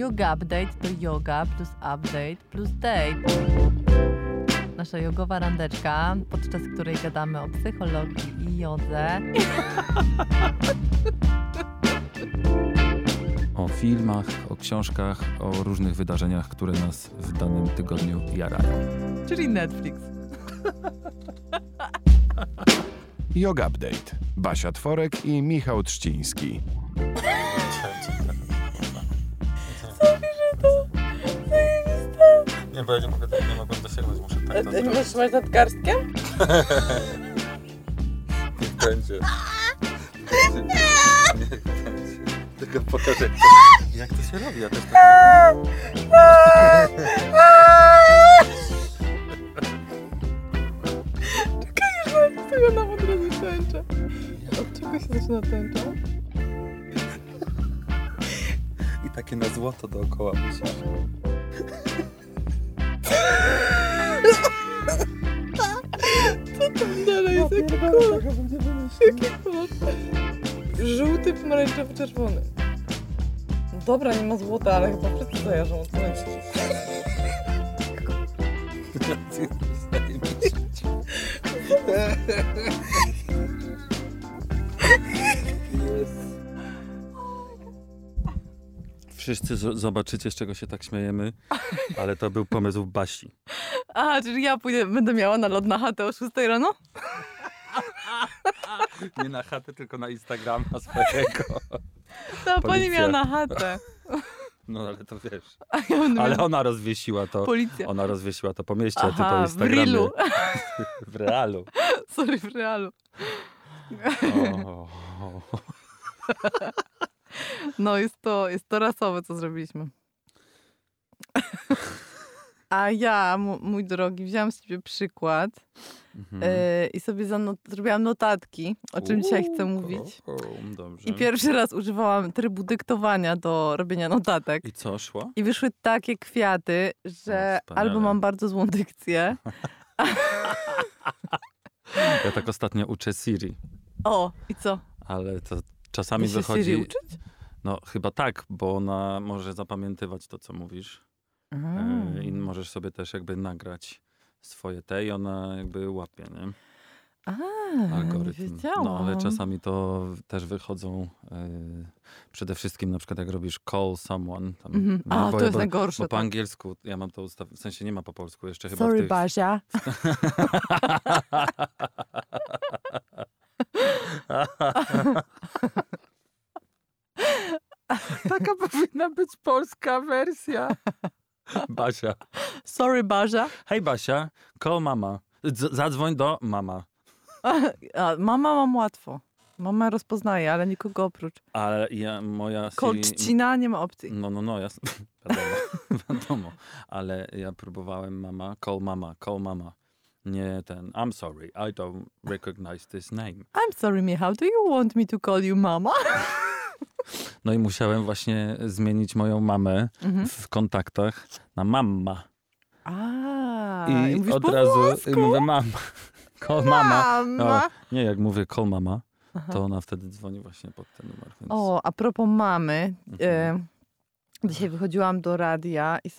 Yoga Update to yoga plus update plus date. Nasza jogowa randeczka, podczas której gadamy o psychologii i jodze. O filmach, o książkach, o różnych wydarzeniach, które nas w danym tygodniu jarają. Czyli Netflix. Yoga Update. Basia Tworek i Michał Trzciński. Nie, bo ja nie mogłem dosięgnąć, muszę tak Nie możesz trzymać nad garstkiem? Niech będzie. Tylko pokażę, jak to się robi, ja też tak Czekaj, już mam tego nam od razu tęczę. Od czego się zaczyna tęcza? I takie na złoto dookoła musisz. Co tam dalej jest? Jaki kolor? Jaki kolor? Żółty, pomarańczowy, czerwony. No dobra, nie ma złota, ale chyba wszyscy zajarzą od pomarańczowy. Wszyscy zobaczycie, z czego się tak śmiejemy, ale to był pomysł Basi. A, czyli ja będę miała na lot na chatę o 6 rano? Nie na chatę, tylko na Instagrama swojego. Ta pani miała na chatę. No ale to wiesz. Ja Ale ona rozwiesiła to. Policja. Ona rozwiesiła to po mieście, a ty Aha, po Instagramie. w reelu. W realu. Sorry, w realu. O. No jest to rasowe, co zrobiliśmy. A ja, mój drogi, wziąłam z ciebie przykład i sobie zrobiłam notatki, o czym dzisiaj chcę mówić. Dobrze. I pierwszy raz używałam trybu dyktowania do robienia notatek. I co, szło? I wyszły takie kwiaty, że wspaniale. albo mam bardzo złą dykcję. Ja tak ostatnio uczę Siri, O, i co? ale to czasami Da się wychodzi... Siri uczyć? No chyba tak, bo ona może zapamiętywać to, co mówisz. I możesz sobie też jakby nagrać swoje i ona jakby łapie, nie? Nie Algorytm. wiedziałam. No ale czasami to też wychodzą przede wszystkim na przykład jak robisz call someone. Tam, A, to jest najgorsze. Bo po tak. angielsku ja mam to w sensie nie ma po polsku jeszcze chyba Sorry, w tych... Basia. Taka powinna być polska wersja. Basia. Sorry, Basia. Hej Basia, call mama. Zadzwoń do mama. Mama mam łatwo. Mama rozpoznaje, ale nikogo oprócz. Ale moja Siri... Kolczcina nie ma opcji. No, jasne. Wiadomo. Ale ja próbowałem call mama. Nie ten, I'm sorry, I don't recognize this name. I'm sorry, Michał, do you want me to call you mama? No i musiałem właśnie zmienić moją mamę w kontaktach na mamma. I mówisz od po razu włosku? mówię mama. Call mama. No, Mama. nie, jak mówię call mama, to ona wtedy dzwoni właśnie pod ten numer. Więc... O, a propos mamy. Dzisiaj wychodziłam do radia i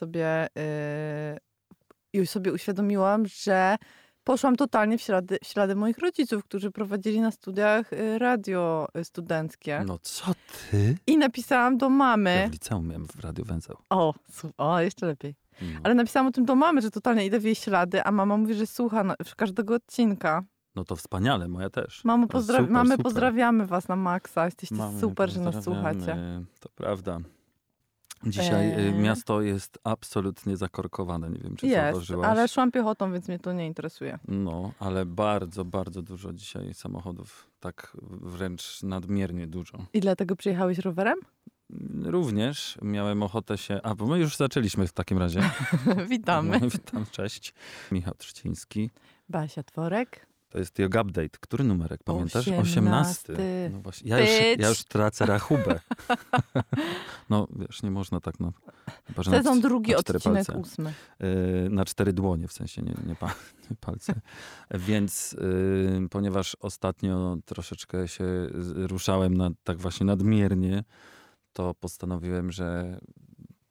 sobie uświadomiłam, że poszłam totalnie w ślady moich rodziców, którzy prowadzili na studiach radio studenckie. No co ty? I napisałam do mamy. Ja w liceum miałem w Radiu Węzeł. O, jeszcze lepiej. No. Ale napisałam o tym do mamy, że totalnie idę w jej ślady, a mama mówi, że słucha każdego odcinka. No to wspaniale, moja też. Mamo, Super. pozdrawiamy was na maksa. Jesteście Mamy, super, że nas pozdrawiamy. słuchacie. To prawda. Dzisiaj miasto jest absolutnie zakorkowane. Nie wiem, czy Jest, zauważyłaś. ale szłam piechotą, więc mnie to nie interesuje. No, ale bardzo, bardzo dużo dzisiaj samochodów. Tak wręcz nadmiernie dużo. I dlatego przyjechałeś rowerem? Również miałem ochotę się... bo my już zaczęliśmy w takim razie. Witamy. Witam, cześć. Michał Trzciński. Basia Tworek. To jest Yoga Update. Który numerek, pamiętasz? 18. No właśnie. Ja już tracę rachubę. No wiesz, nie można tak chyba, że Sezon drugi, na 4 odcinek palce. 8. Na 4 dłonie, w sensie nie palce. Więc ponieważ ostatnio troszeczkę się ruszałem tak właśnie nadmiernie, to postanowiłem, że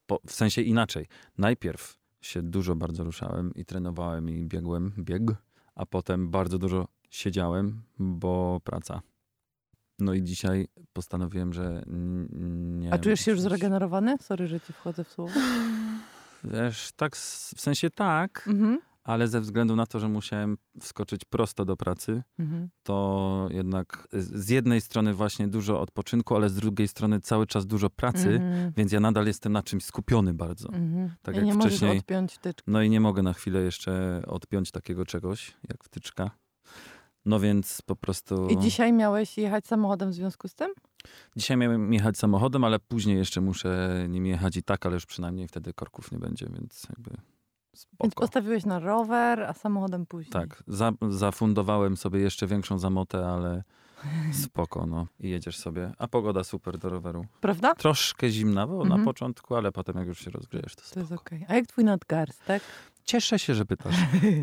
w sensie inaczej. Najpierw się dużo bardzo ruszałem i trenowałem i bieg, a potem bardzo dużo siedziałem, bo praca. No i dzisiaj postanowiłem, że nie... A czujesz się już zregenerowany? Sorry, że ci wchodzę w słowo. Wiesz, tak, w sensie tak, ale ze względu na to, że musiałem wskoczyć prosto do pracy, to jednak z jednej strony właśnie dużo odpoczynku, ale z drugiej strony cały czas dużo pracy, więc ja nadal jestem na czymś skupiony bardzo. Tak I jak nie wcześniej. możesz odpiąć wtyczki. No i nie mogę na chwilę jeszcze odpiąć takiego czegoś, jak wtyczka. No więc po prostu... I dzisiaj miałeś jechać samochodem w związku z tym? Dzisiaj miałem jechać samochodem, ale później jeszcze muszę nim jechać i tak, ale już przynajmniej wtedy korków nie będzie, więc jakby spoko. Więc postawiłeś na rower, a samochodem później. Tak, zafundowałem sobie jeszcze większą zamotę, ale spoko, no. I jedziesz sobie. A pogoda super do roweru. Prawda? Troszkę zimna, bo na początku, ale potem jak już się rozgrzejesz, to spoko. To jest okej. A jak twój nadgarstek? Cieszę się, że pytasz.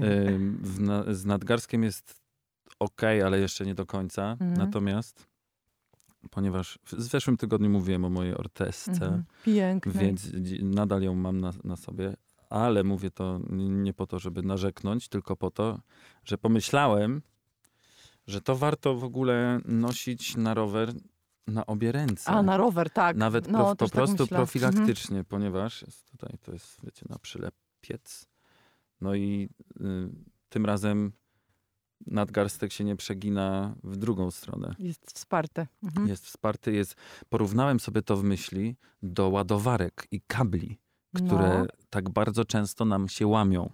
Z nadgarstkiem jest okej, ale jeszcze nie do końca. Natomiast, ponieważ w zeszłym tygodniu mówiłem o mojej ortezce, Piękne. więc nadal ją mam na sobie, ale mówię to nie po to, żeby narzeknąć, tylko po to, że pomyślałem, że to warto w ogóle nosić na rower na obie ręce. A, na rower, tak. Nawet no, po prostu tak profilaktycznie, ponieważ jest tutaj, to jest, wiecie, na przylepiec. No i tym razem nadgarstek się nie przegina w drugą stronę. Jest wsparty. Jest wsparty, porównałem sobie to w myśli do ładowarek i kabli, które tak bardzo często nam się łamią.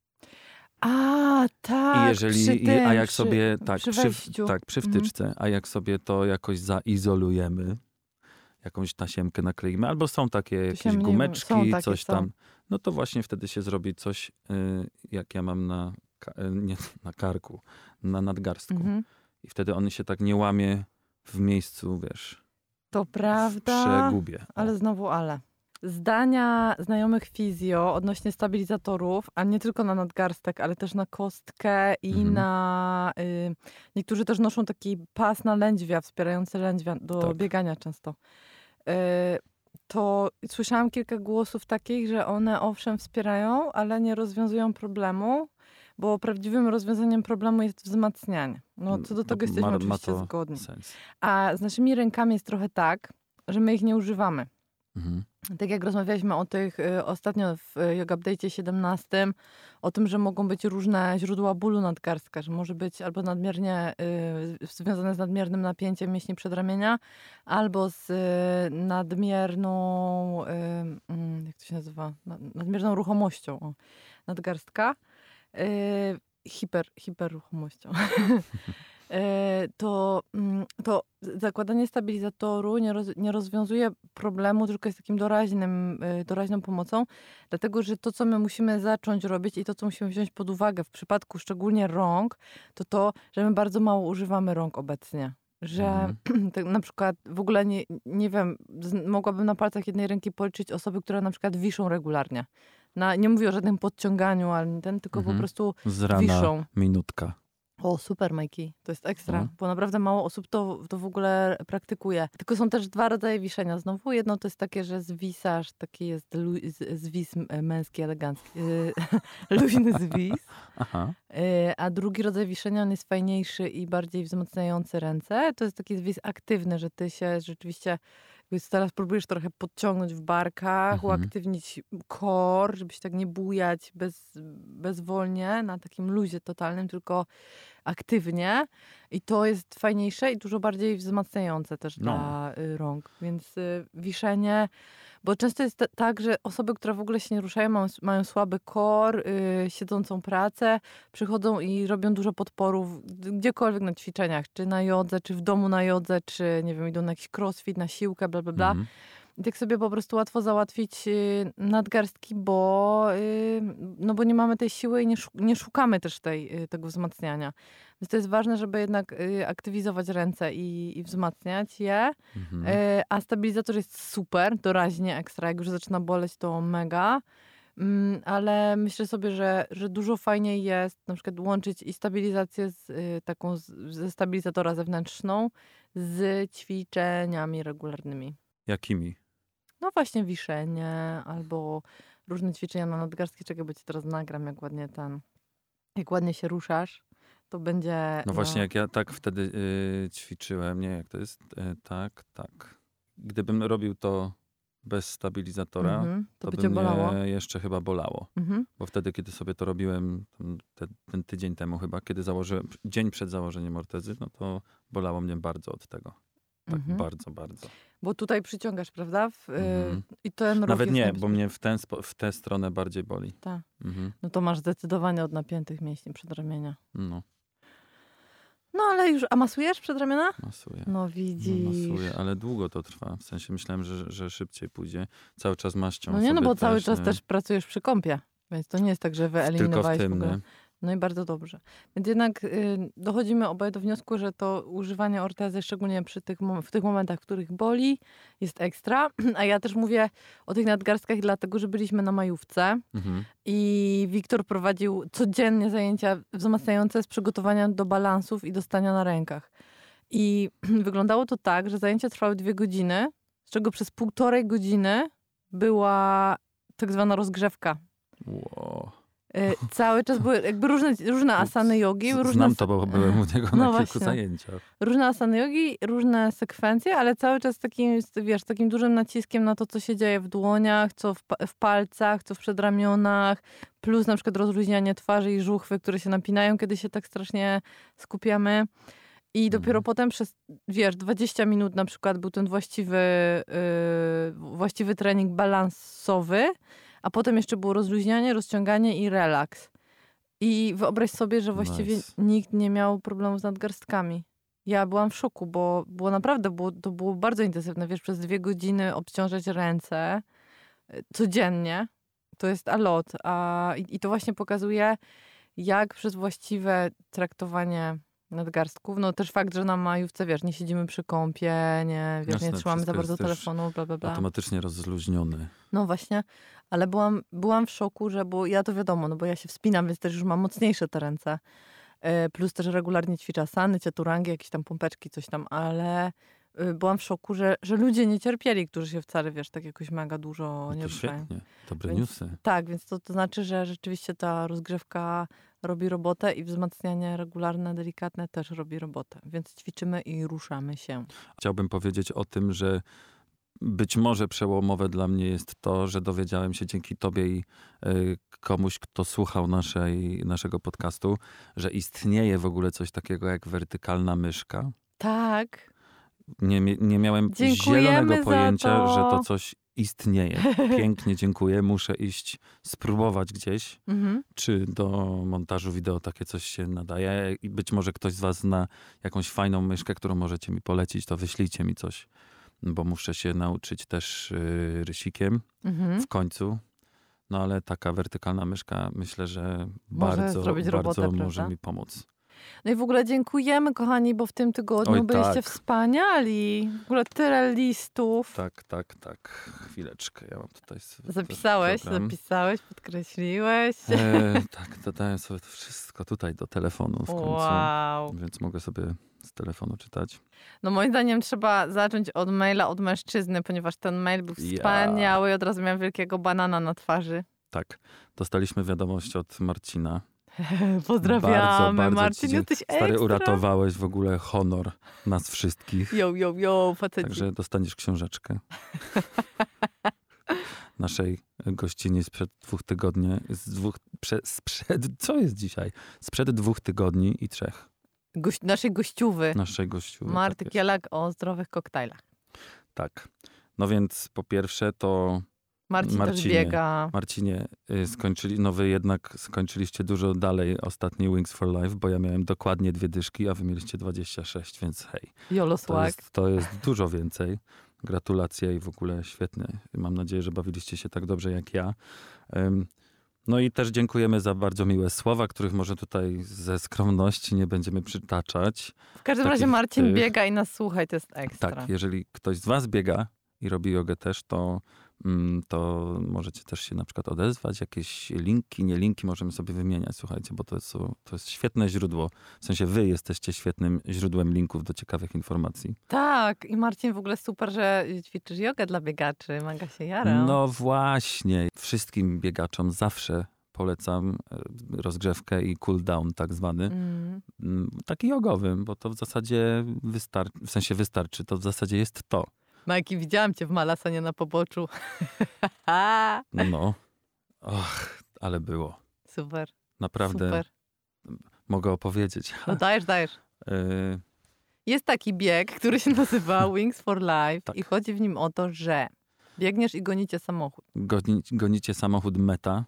A, tak. I jeżeli, a jak sobie, przy wtyczce, a jak sobie to jakoś zaizolujemy, jakąś tasiemkę nakleimy, albo są takie jakieś gumeczki, coś tam, no to właśnie wtedy się zrobi coś, jak ja mam nie na karku, na nadgarstku. I wtedy on się tak nie łamie w miejscu, wiesz. To prawda, przegubie. Ale znowu ale. Zdania znajomych fizjo odnośnie stabilizatorów, a nie tylko na nadgarstek, ale też na kostkę i na... niektórzy też noszą taki pas na lędźwia, wspierający lędźwia do biegania często. To słyszałam kilka głosów takich, że one owszem wspierają, ale nie rozwiązują problemu, bo prawdziwym rozwiązaniem problemu jest wzmacnianie. No co do tego jesteśmy oczywiście zgodni. Sens. A z naszymi rękami jest trochę tak, że my ich nie używamy. Tak jak rozmawialiśmy o tych ostatnio w Yoga Update'cie 17, o tym, że mogą być różne źródła bólu nadgarstka, że może być albo nadmiernie związane z nadmiernym napięciem mięśni przedramienia, albo z nadmierną, jak to się nazywa, nadmierną ruchomością nadgarstka, hiperruchomością. To zakładanie stabilizatoru nie rozwiązuje problemu, tylko jest takim doraźną pomocą, dlatego że to, co my musimy zacząć robić i to, co musimy wziąć pod uwagę w przypadku szczególnie rąk, to, że my bardzo mało używamy rąk obecnie. Że tak na przykład w ogóle nie wiem, mogłabym na palcach jednej ręki policzyć osoby, które na przykład wiszą regularnie. Nie mówię o żadnym podciąganiu, ale tylko po prostu z rana wiszą. Minutka. O, super, Majki. To jest ekstra, bo naprawdę mało osób to w ogóle praktykuje. Tylko są też dwa rodzaje wiszenia. Znowu jedno to jest takie, że zwisasz, taki jest zwis męski, elegancki. Luźny zwis. Aha. A drugi rodzaj wiszenia, on jest fajniejszy i bardziej wzmacniający ręce. To jest taki zwis aktywny, że ty się rzeczywiście teraz próbujesz trochę podciągnąć w barkach, uaktywnić core, żeby się tak nie bujać bezwolnie, na takim luzie totalnym, tylko aktywnie. I to jest fajniejsze i dużo bardziej wzmacniające też dla rąk. Więc wiszenie, bo często jest tak, że osoby, które w ogóle się nie ruszają, mają słaby core, siedzącą pracę, przychodzą i robią dużo podporów gdziekolwiek na ćwiczeniach, czy na jodze, czy w domu na jodze, czy nie wiem, idą na jakiś crossfit, na siłkę, bla, bla, bla. I tak sobie po prostu łatwo załatwić nadgarstki, bo nie mamy tej siły i nie szukamy też tego wzmacniania. Więc to jest ważne, żeby jednak aktywizować ręce i wzmacniać je. A stabilizator jest super, doraźnie ekstra. Jak już zaczyna boleć, to mega. Ale myślę sobie, że dużo fajniej jest na przykład łączyć i stabilizację ze stabilizatora zewnętrzną z ćwiczeniami regularnymi. Jakimi? No właśnie wiszenie albo różne ćwiczenia na nadgarstki. Czekaj, bo ci teraz nagram, jak ładnie się ruszasz, to będzie... No właśnie, jak ja tak wtedy ćwiczyłem, nie, jak to jest, tak. Gdybym robił to bez stabilizatora, to by mnie jeszcze chyba bolało. Bo wtedy, kiedy sobie to robiłem, ten tydzień temu chyba, kiedy dzień przed założeniem ortezy, no to bolało mnie bardzo od tego. Tak, bardzo, bardzo. Bo tutaj przyciągasz, prawda? I ten ruch nawet nie, bo mnie w tę stronę bardziej boli. Tak. No to masz zdecydowanie od napiętych mięśni przedramienia. No ale już, a masujesz przedramiona? Masuję. No widzisz. Masuję, ale długo to trwa. W sensie myślałem, że szybciej pójdzie. Cały czas maścią. No nie, no bo cały czas też pracujesz przy kąpie. Więc to nie jest tak, że wyeliminowałeś tylko w tym, No i bardzo dobrze. Więc jednak dochodzimy obaj do wniosku, że to używanie ortezy, szczególnie w tych momentach, w których boli, jest ekstra. A ja też mówię o tych nadgarstkach dlatego, że byliśmy na majówce i Wiktor prowadził codziennie zajęcia wzmacniające z przygotowania do balansów i do stania na rękach. I wyglądało to tak, że zajęcia trwały 2 godziny, z czego przez 1,5 godziny była tak zwana rozgrzewka. Wow. Cały czas były jakby różne asany jogi. Znam to, bo byłem u niego na kilku zajęciach. Różne asany jogi, różne sekwencje, ale cały czas takim dużym naciskiem na to, co się dzieje w dłoniach, co w palcach, co w przedramionach, plus na przykład rozluźnianie twarzy i żuchwy, które się napinają, kiedy się tak strasznie skupiamy. I dopiero potem przez, 20 minut na przykład był ten właściwy trening balansowy, a potem jeszcze było rozluźnianie, rozciąganie i relaks. I wyobraź sobie, że właściwie nikt nie miał problemów z nadgarstkami. Ja byłam w szoku, bo to było bardzo intensywne. Przez 2 godziny obciążać ręce codziennie. To jest a lot. I to właśnie pokazuje, jak przez właściwe traktowanie nadgarstków. No też fakt, że na majówce, nie siedzimy przy kąpie, nie trzymamy za bardzo telefonu, bla, bla, bla. Automatycznie rozluźniony. No właśnie, ale byłam w szoku, bo ja to wiadomo, no bo ja się wspinam, więc też już mam mocniejsze te ręce. Plus też regularnie ćwiczę asany, ciaturangi, jakieś tam pompeczki, coś tam, ale byłam w szoku, że ludzie nie cierpieli, którzy się wcale, tak jakoś mega dużo nie ruszają. Świetnie, dobre newsy. Tak, więc to znaczy, że rzeczywiście ta rozgrzewka robi robotę i wzmacnianie regularne, delikatne też robi robotę. Więc ćwiczymy i ruszamy się. Chciałbym powiedzieć o tym, że być może przełomowe dla mnie jest to, że dowiedziałem się dzięki tobie i komuś, kto słuchał naszego podcastu, że istnieje w ogóle coś takiego jak wertykalna myszka. Tak. Nie miałem zielonego pojęcia, że to coś istnieje. Pięknie dziękuję. Muszę iść spróbować gdzieś, czy do montażu wideo takie coś się nadaje. I być może ktoś z was zna jakąś fajną myszkę, którą możecie mi polecić, to wyślijcie mi coś, bo muszę się nauczyć też rysikiem w końcu. No ale taka wertykalna myszka, myślę, że bardzo może mi pomóc. No i w ogóle dziękujemy, kochani, bo w tym tygodniu byliście wspaniali. W ogóle tyle listów. Tak. Chwileczkę, ja mam tutaj... Zapisałeś, podkreśliłeś. Tak, dodałem sobie to wszystko tutaj do telefonu w końcu. Wow. Więc mogę sobie z telefonu czytać. No moim zdaniem trzeba zacząć od maila od mężczyzny, ponieważ ten mail był wspaniały i od razu miałem wielkiego banana na twarzy. Tak, dostaliśmy wiadomość od Marcina. Pozdrawiamy, bardzo Marcin, jesteś ekstra. Stary, uratowałeś w ogóle honor nas wszystkich. Yo, faceci. Także dostaniesz książeczkę. Naszej gościni sprzed 2 tygodni. Co jest dzisiaj? Sprzed 2 tygodni i 3. Naszej gościuwy. Marty tak Kielak o zdrowych koktajlach. Tak. No więc po pierwsze to... Marcinie też biega. Marcinie, wy jednak skończyliście dużo dalej ostatni Wings for Life, bo ja miałem dokładnie 2 dyszki, a wy mieliście 26, więc hej. To jest dużo więcej. Gratulacje i w ogóle świetne. Mam nadzieję, że bawiliście się tak dobrze jak ja. No i też dziękujemy za bardzo miłe słowa, których może tutaj ze skromności nie będziemy przytaczać. W każdym razie Marcin biega i nas słucha i to jest ekstra. Tak, jeżeli ktoś z was biega i robi jogę też, to to możecie też się na przykład odezwać. Jakieś linki, nie linki możemy sobie wymieniać, słuchajcie, bo to jest świetne źródło. W sensie wy jesteście świetnym źródłem linków do ciekawych informacji. Tak, i Marcin w ogóle super, że ćwiczysz jogę dla biegaczy. Mega się jaram. No właśnie. Wszystkim biegaczom zawsze polecam rozgrzewkę i cool down tak zwany. Taki jogowy, bo to w zasadzie wystarczy. To w zasadzie jest to. Majki, widziałam cię w Malasonie na poboczu. No. Och, ale było. Super. Naprawdę. Super. Mogę opowiedzieć. No dajesz. Jest taki bieg, który się nazywa Wings for Life tak. I chodzi w nim o to, że biegniesz i gonicie samochód. Gonicie samochód Meta,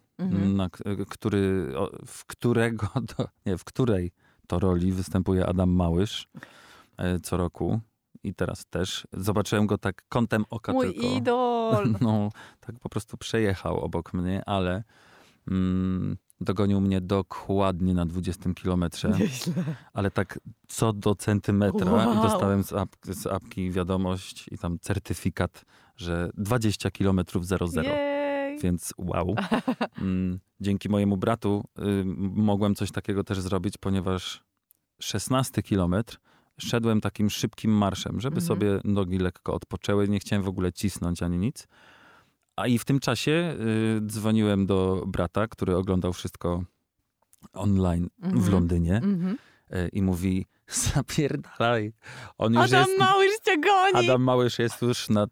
w której to roli występuje Adam Małysz co roku. I teraz też. Zobaczyłem go tak kątem oka Mój tylko. idol! No, tak po prostu przejechał obok mnie, ale dogonił mnie dokładnie na 20 kilometrze. Nieźle. Ale tak co do centymetra i dostałem z apki wiadomość i tam certyfikat, że 20 kilometrów 00. Jej. Więc wow. Dzięki mojemu bratu mogłem coś takiego też zrobić, ponieważ 16 kilometr szedłem takim szybkim marszem, żeby sobie nogi lekko odpoczęły. Nie chciałem w ogóle cisnąć ani nic. A i w tym czasie dzwoniłem do brata, który oglądał wszystko online w Londynie i mówi, zapierdalaj. Małysz cię goni! Adam Małysz jest już na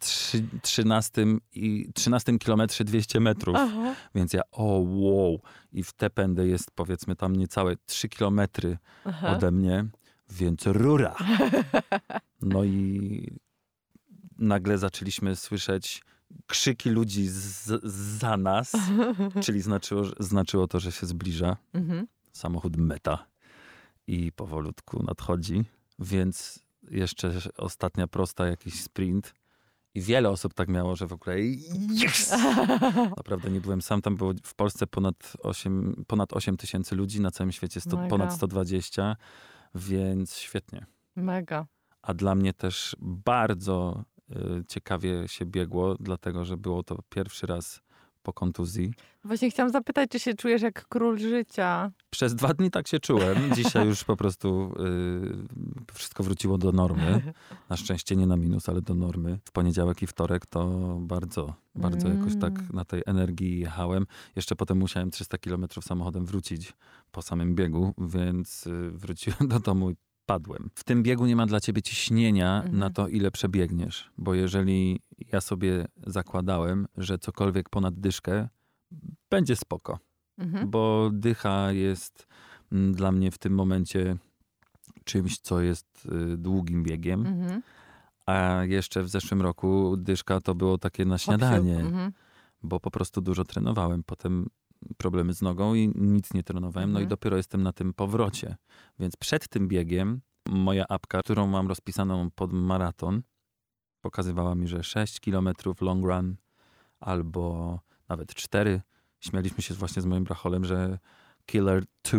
13 kilometrze 200 metrów. Aha. Więc ja, wow. I w te pędy jest powiedzmy tam niecałe 3 kilometry ode mnie. Więc rura. No i nagle zaczęliśmy słyszeć krzyki ludzi za nas, czyli znaczyło to, że się zbliża samochód Meta i powolutku nadchodzi, więc jeszcze ostatnia prosta, jakiś sprint i wiele osób tak miało, że w ogóle yes! Naprawdę nie byłem sam, tam było w Polsce ponad 8 tysięcy ludzi, na całym świecie ponad 120, więc świetnie. Mega. A dla mnie też bardzo ciekawie się biegło, dlatego że było to pierwszy raz po kontuzji. Właśnie chciałam zapytać, czy się czujesz jak król życia? Przez 2 dni tak się czułem. Dzisiaj już po prostu wszystko wróciło do normy. Na szczęście nie na minus, ale do normy. W poniedziałek i wtorek to bardzo jakoś tak na tej energii jechałem. Jeszcze potem musiałem 300 kilometrów samochodem wrócić po samym biegu, więc wróciłem do domu i padłem. W tym biegu nie ma dla ciebie ciśnienia na to, ile przebiegniesz. Bo jeżeli ja sobie zakładałem, że cokolwiek ponad dyszkę będzie spoko. Bo dycha jest dla mnie w tym momencie czymś, co jest długim biegiem. A jeszcze w zeszłym roku dyszka to było takie na śniadanie. Bo po prostu dużo trenowałem. Potem problemy z nogą i nic nie trenowałem. No i dopiero jestem na tym powrocie. Więc przed tym biegiem moja apka, którą mam rozpisaną pod maraton, pokazywała mi, że 6 kilometrów long run albo nawet 4. Śmialiśmy się właśnie z moim bracholem, że Killer 2.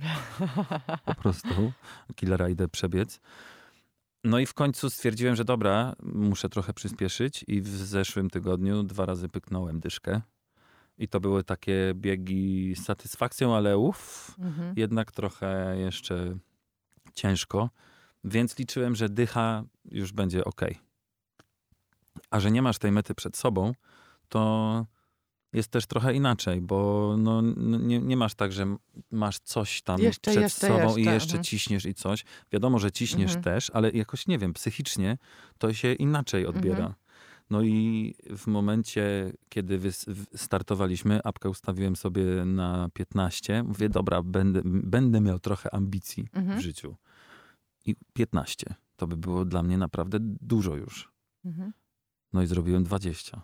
Po prostu. Killera idę przebiec. No i w końcu stwierdziłem, że dobra, muszę trochę przyspieszyć i w zeszłym tygodniu 2 razy pyknąłem dyszkę. I to były takie biegi z satysfakcją, ale jednak trochę jeszcze ciężko. Więc liczyłem, że dycha już będzie okej. A że nie masz tej mety przed sobą, to jest też trochę inaczej, bo nie masz tak, że masz coś tam przed sobą i jeszcze ciśniesz i coś. Wiadomo, że ciśniesz też, ale jakoś, nie wiem, psychicznie to się inaczej odbiera. No i w momencie, kiedy startowaliśmy, apkę ustawiłem sobie na 15. Mówię, dobra, będę miał trochę ambicji w życiu. I 15. To by było dla mnie naprawdę dużo już. No i zrobiłem 20.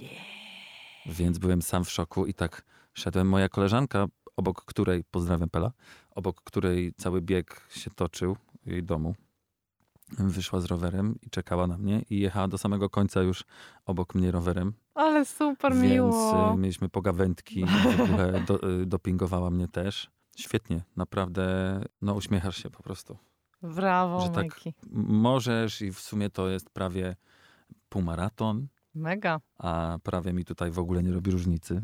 Więc byłem sam w szoku i tak szedłem. Moja koleżanka, obok której, pozdrawiam Pela, obok której cały bieg się toczył w jej domu, wyszła z rowerem i czekała na mnie i jechała do samego końca już obok mnie rowerem. Ale super miło. Więc mieliśmy pogawędki i w ogóle dopingowała mnie też. Świetnie, naprawdę, no uśmiechasz się po prostu. Brawo, że tak możesz i w sumie to jest prawie półmaraton. Mega. A prawie mi tutaj w ogóle nie robi różnicy.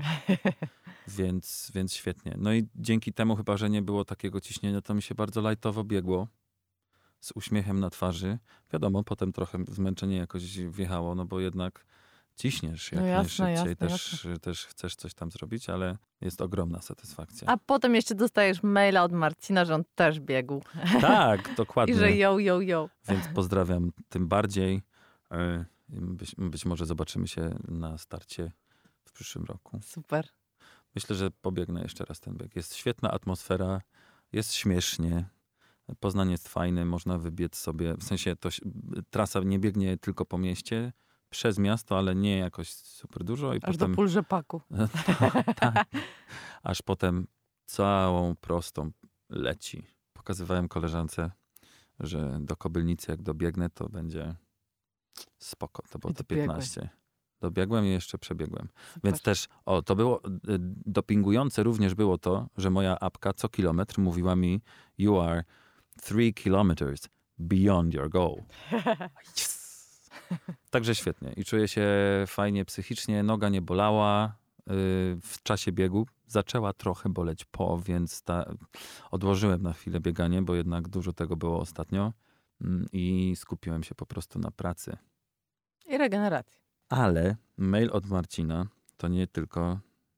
Więc świetnie. No i dzięki temu chyba, że nie było takiego ciśnienia, to mi się bardzo lajtowo biegło. Z uśmiechem na twarzy. Wiadomo, potem trochę zmęczenie jakoś wjechało, no bo jednak ciśniesz jak najszybciej. Też chcesz coś tam zrobić, ale jest ogromna satysfakcja. A potem jeszcze dostajesz maila od Marcina, że on też biegł. Tak, dokładnie. I że yo. Więc pozdrawiam tym bardziej. Być może zobaczymy się na starcie w przyszłym roku. Super. Myślę, że pobiegnę jeszcze raz ten bieg. Jest świetna atmosfera, jest śmiesznie. Poznań jest fajny, można wybiec sobie, w sensie trasa nie biegnie tylko po mieście, przez miasto, ale nie jakoś super dużo. I aż potem, do pól rzepaku. tak, aż potem całą prostą leci. Pokazywałem koleżance, że do Kobylnicy jak dobiegnę, to będzie spoko. To było to 15. Dobiegłem i jeszcze przebiegłem. Super. Więc też, to było dopingujące również było to, że moja apka co kilometr mówiła mi you are 3 kilometers beyond your goal. Yes! Także świetnie. I czuję się fajnie psychicznie. Noga nie bolała w czasie biegu. Zaczęła trochę boleć więc odłożyłem na chwilę bieganie, bo jednak dużo tego było ostatnio i skupiłem się po prostu na pracy. I regeneracji. Ale mail od Marcina to nie tylko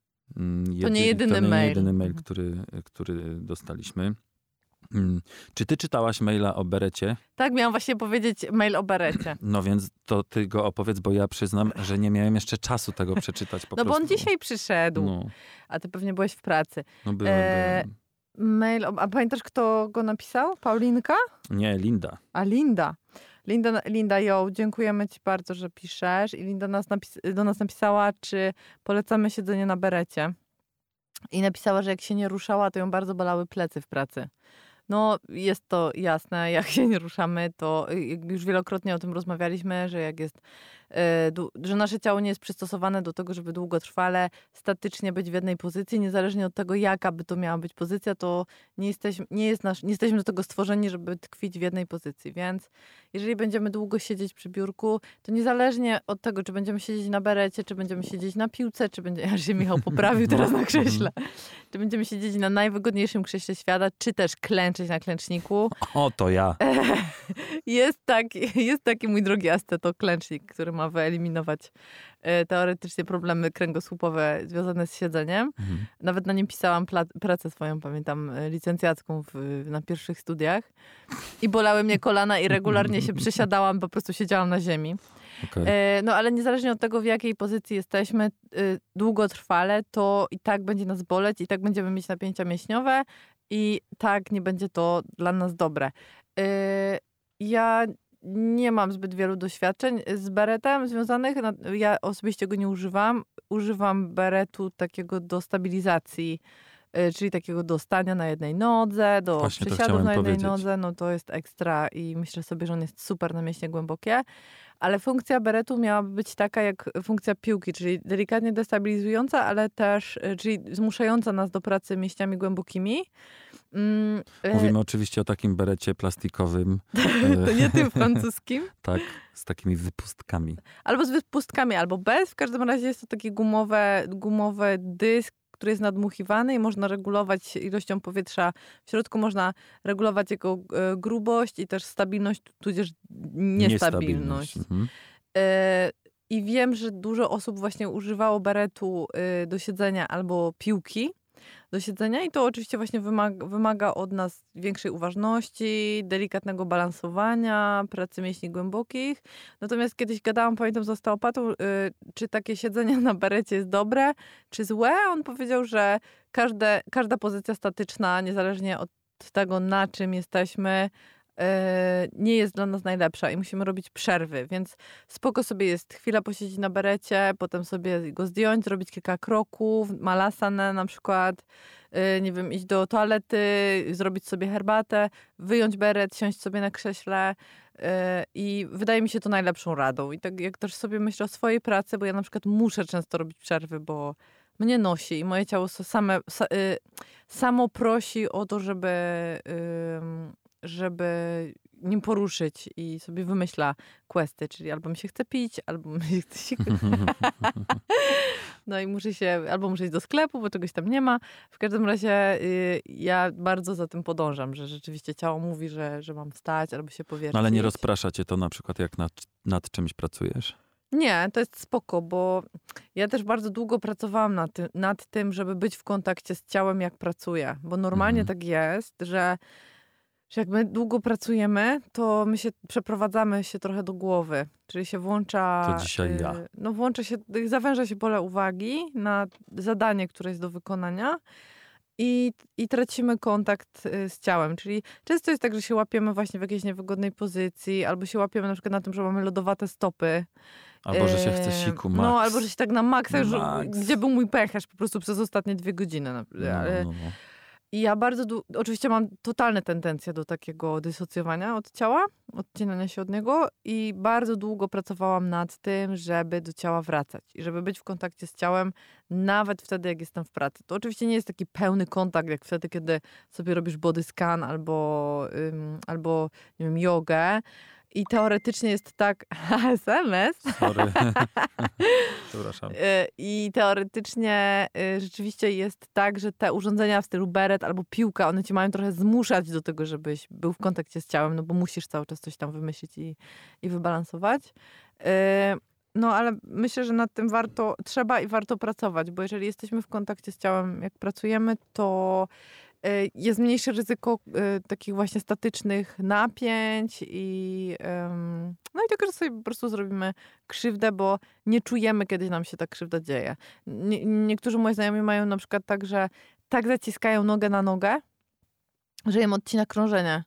jedyny mail, który dostaliśmy. Czy ty czytałaś maila o berecie? Tak, miałam właśnie powiedzieć mail o berecie. No więc to ty go opowiedz, bo ja przyznam, że nie miałem jeszcze czasu tego przeczytać po prostu. Bo on dzisiaj przyszedł, a ty pewnie byłeś w pracy. No byłem. Mail, a pamiętasz, kto go napisał? Paulinka? Nie, Linda. A Linda. Linda, dziękujemy ci bardzo, że piszesz. I Linda do nas napisała, czy polecamy siedzenie na berecie. I napisała, że jak się nie ruszała, to ją bardzo bolały plecy w pracy. No, jest to jasne, jak się nie ruszamy, to już wielokrotnie o tym rozmawialiśmy, że jak jest, że nasze ciało nie jest przystosowane do tego, żeby długotrwale, statycznie być w jednej pozycji, niezależnie od tego, jaka by to miała być pozycja, to nie jesteśmy do tego stworzeni, żeby tkwić w jednej pozycji. Więc jeżeli będziemy długo siedzieć przy biurku, to niezależnie od tego, czy będziemy siedzieć na berecie, czy będziemy siedzieć na piłce, aż się Michał poprawił teraz na krześle, czy będziemy siedzieć na najwygodniejszym krześle świata, czy też klęczeć na klęczniku. O, to ja. Jest taki mój drogi ascetoklęcznik, który ma wyeliminować teoretycznie problemy kręgosłupowe związane z siedzeniem. Nawet na nim pisałam pracę swoją, pamiętam, licencjacką na pierwszych studiach. I bolały mnie kolana i regularnie się przesiadałam, po prostu siedziałam na ziemi. Okay. No ale niezależnie od tego, w jakiej pozycji jesteśmy długotrwale, to i tak będzie nas boleć, i tak będziemy mieć napięcia mięśniowe i tak nie będzie to dla nas dobre. Ja nie mam zbyt wielu doświadczeń z beretem związanych. Ja osobiście go nie używam. Używam beretu takiego do stabilizacji, czyli takiego do stania na jednej nodze, do właśnie przysiadów na jednej nodze. No to jest ekstra i myślę sobie, że on jest super na mięśnie głębokie. Ale funkcja beretu miałaby być taka jak funkcja piłki, czyli delikatnie destabilizująca, ale też, czyli zmuszająca nas do pracy mięśniami głębokimi. Mówimy oczywiście o takim berecie plastikowym. To nie tym francuskim? Tak, z takimi wypustkami. Albo z wypustkami, albo bez. W każdym razie jest to taki gumowy dysk, który jest nadmuchiwany i można regulować ilością powietrza. W środku można regulować jego grubość i też stabilność, tudzież niestabilność. I wiem, że dużo osób właśnie używało beretu do siedzenia albo piłki do siedzenia i to oczywiście właśnie wymaga od nas większej uważności, delikatnego balansowania, pracy mięśni głębokich. Natomiast kiedyś gadałam, pamiętam, z osteopatą, czy takie siedzenie na berecie jest dobre, czy złe. On powiedział, że każda pozycja statyczna, niezależnie od tego, na czym jesteśmy, nie jest dla nas najlepsza i musimy robić przerwy, więc spoko sobie jest chwila posiedzieć na berecie, potem sobie go zdjąć, zrobić kilka kroków, malasanę na przykład, nie wiem, iść do toalety, zrobić sobie herbatę, wyjąć beret, siąść sobie na krześle i wydaje mi się to najlepszą radą. I tak jak też sobie myślę o swojej pracy, bo ja na przykład muszę często robić przerwy, bo mnie nosi i moje ciało samo prosi o to, żeby nim poruszyć i sobie wymyśla questy, czyli albo mi się chce pić, albo mi się chce sikać. No i albo muszę iść do sklepu, bo czegoś tam nie ma. W każdym razie ja bardzo za tym podążam, że rzeczywiście ciało mówi, że mam wstać albo się powiercić. No ale nie rozprasza cię to na przykład, jak nad czymś pracujesz? Nie, to jest spoko, bo ja też bardzo długo pracowałam nad tym, żeby być w kontakcie z ciałem, jak pracuję. Bo normalnie tak jest, że jak my długo pracujemy, to my przeprowadzamy się trochę do głowy. Czyli się włącza... To dzisiaj ja. No zawęża się pole uwagi na zadanie, które jest do wykonania i tracimy kontakt z ciałem. Czyli często jest tak, że się łapiemy właśnie w jakiejś niewygodnej pozycji, albo się łapiemy na przykład na tym, że mamy lodowate stopy. Albo, że się chce siku, max. No, albo, że się tak na maksa już, gdzie był mój pęcherz po prostu przez ostatnie 2 godziny. Ale... I ja oczywiście mam totalne tendencje do takiego dysocjowania od ciała, odcinania się od niego i bardzo długo pracowałam nad tym, żeby do ciała wracać i żeby być w kontakcie z ciałem nawet wtedy, jak jestem w pracy. To oczywiście nie jest taki pełny kontakt, jak wtedy, kiedy sobie robisz body scan albo nie wiem, jogę. I teoretycznie jest tak... SMS? Sorry. Przepraszam. I teoretycznie rzeczywiście jest tak, że te urządzenia w stylu beret albo piłka, one cię mają trochę zmuszać do tego, żebyś był w kontakcie z ciałem, no bo musisz cały czas coś tam wymyślić i wybalansować. No ale myślę, że nad tym warto pracować, bo jeżeli jesteśmy w kontakcie z ciałem, jak pracujemy, to jest mniejsze ryzyko takich właśnie statycznych napięć i tego, że sobie po prostu zrobimy krzywdę, bo nie czujemy, kiedy nam się ta krzywda dzieje. Niektórzy moi znajomi mają na przykład tak, że tak zaciskają nogę na nogę, że im odcina krążenie.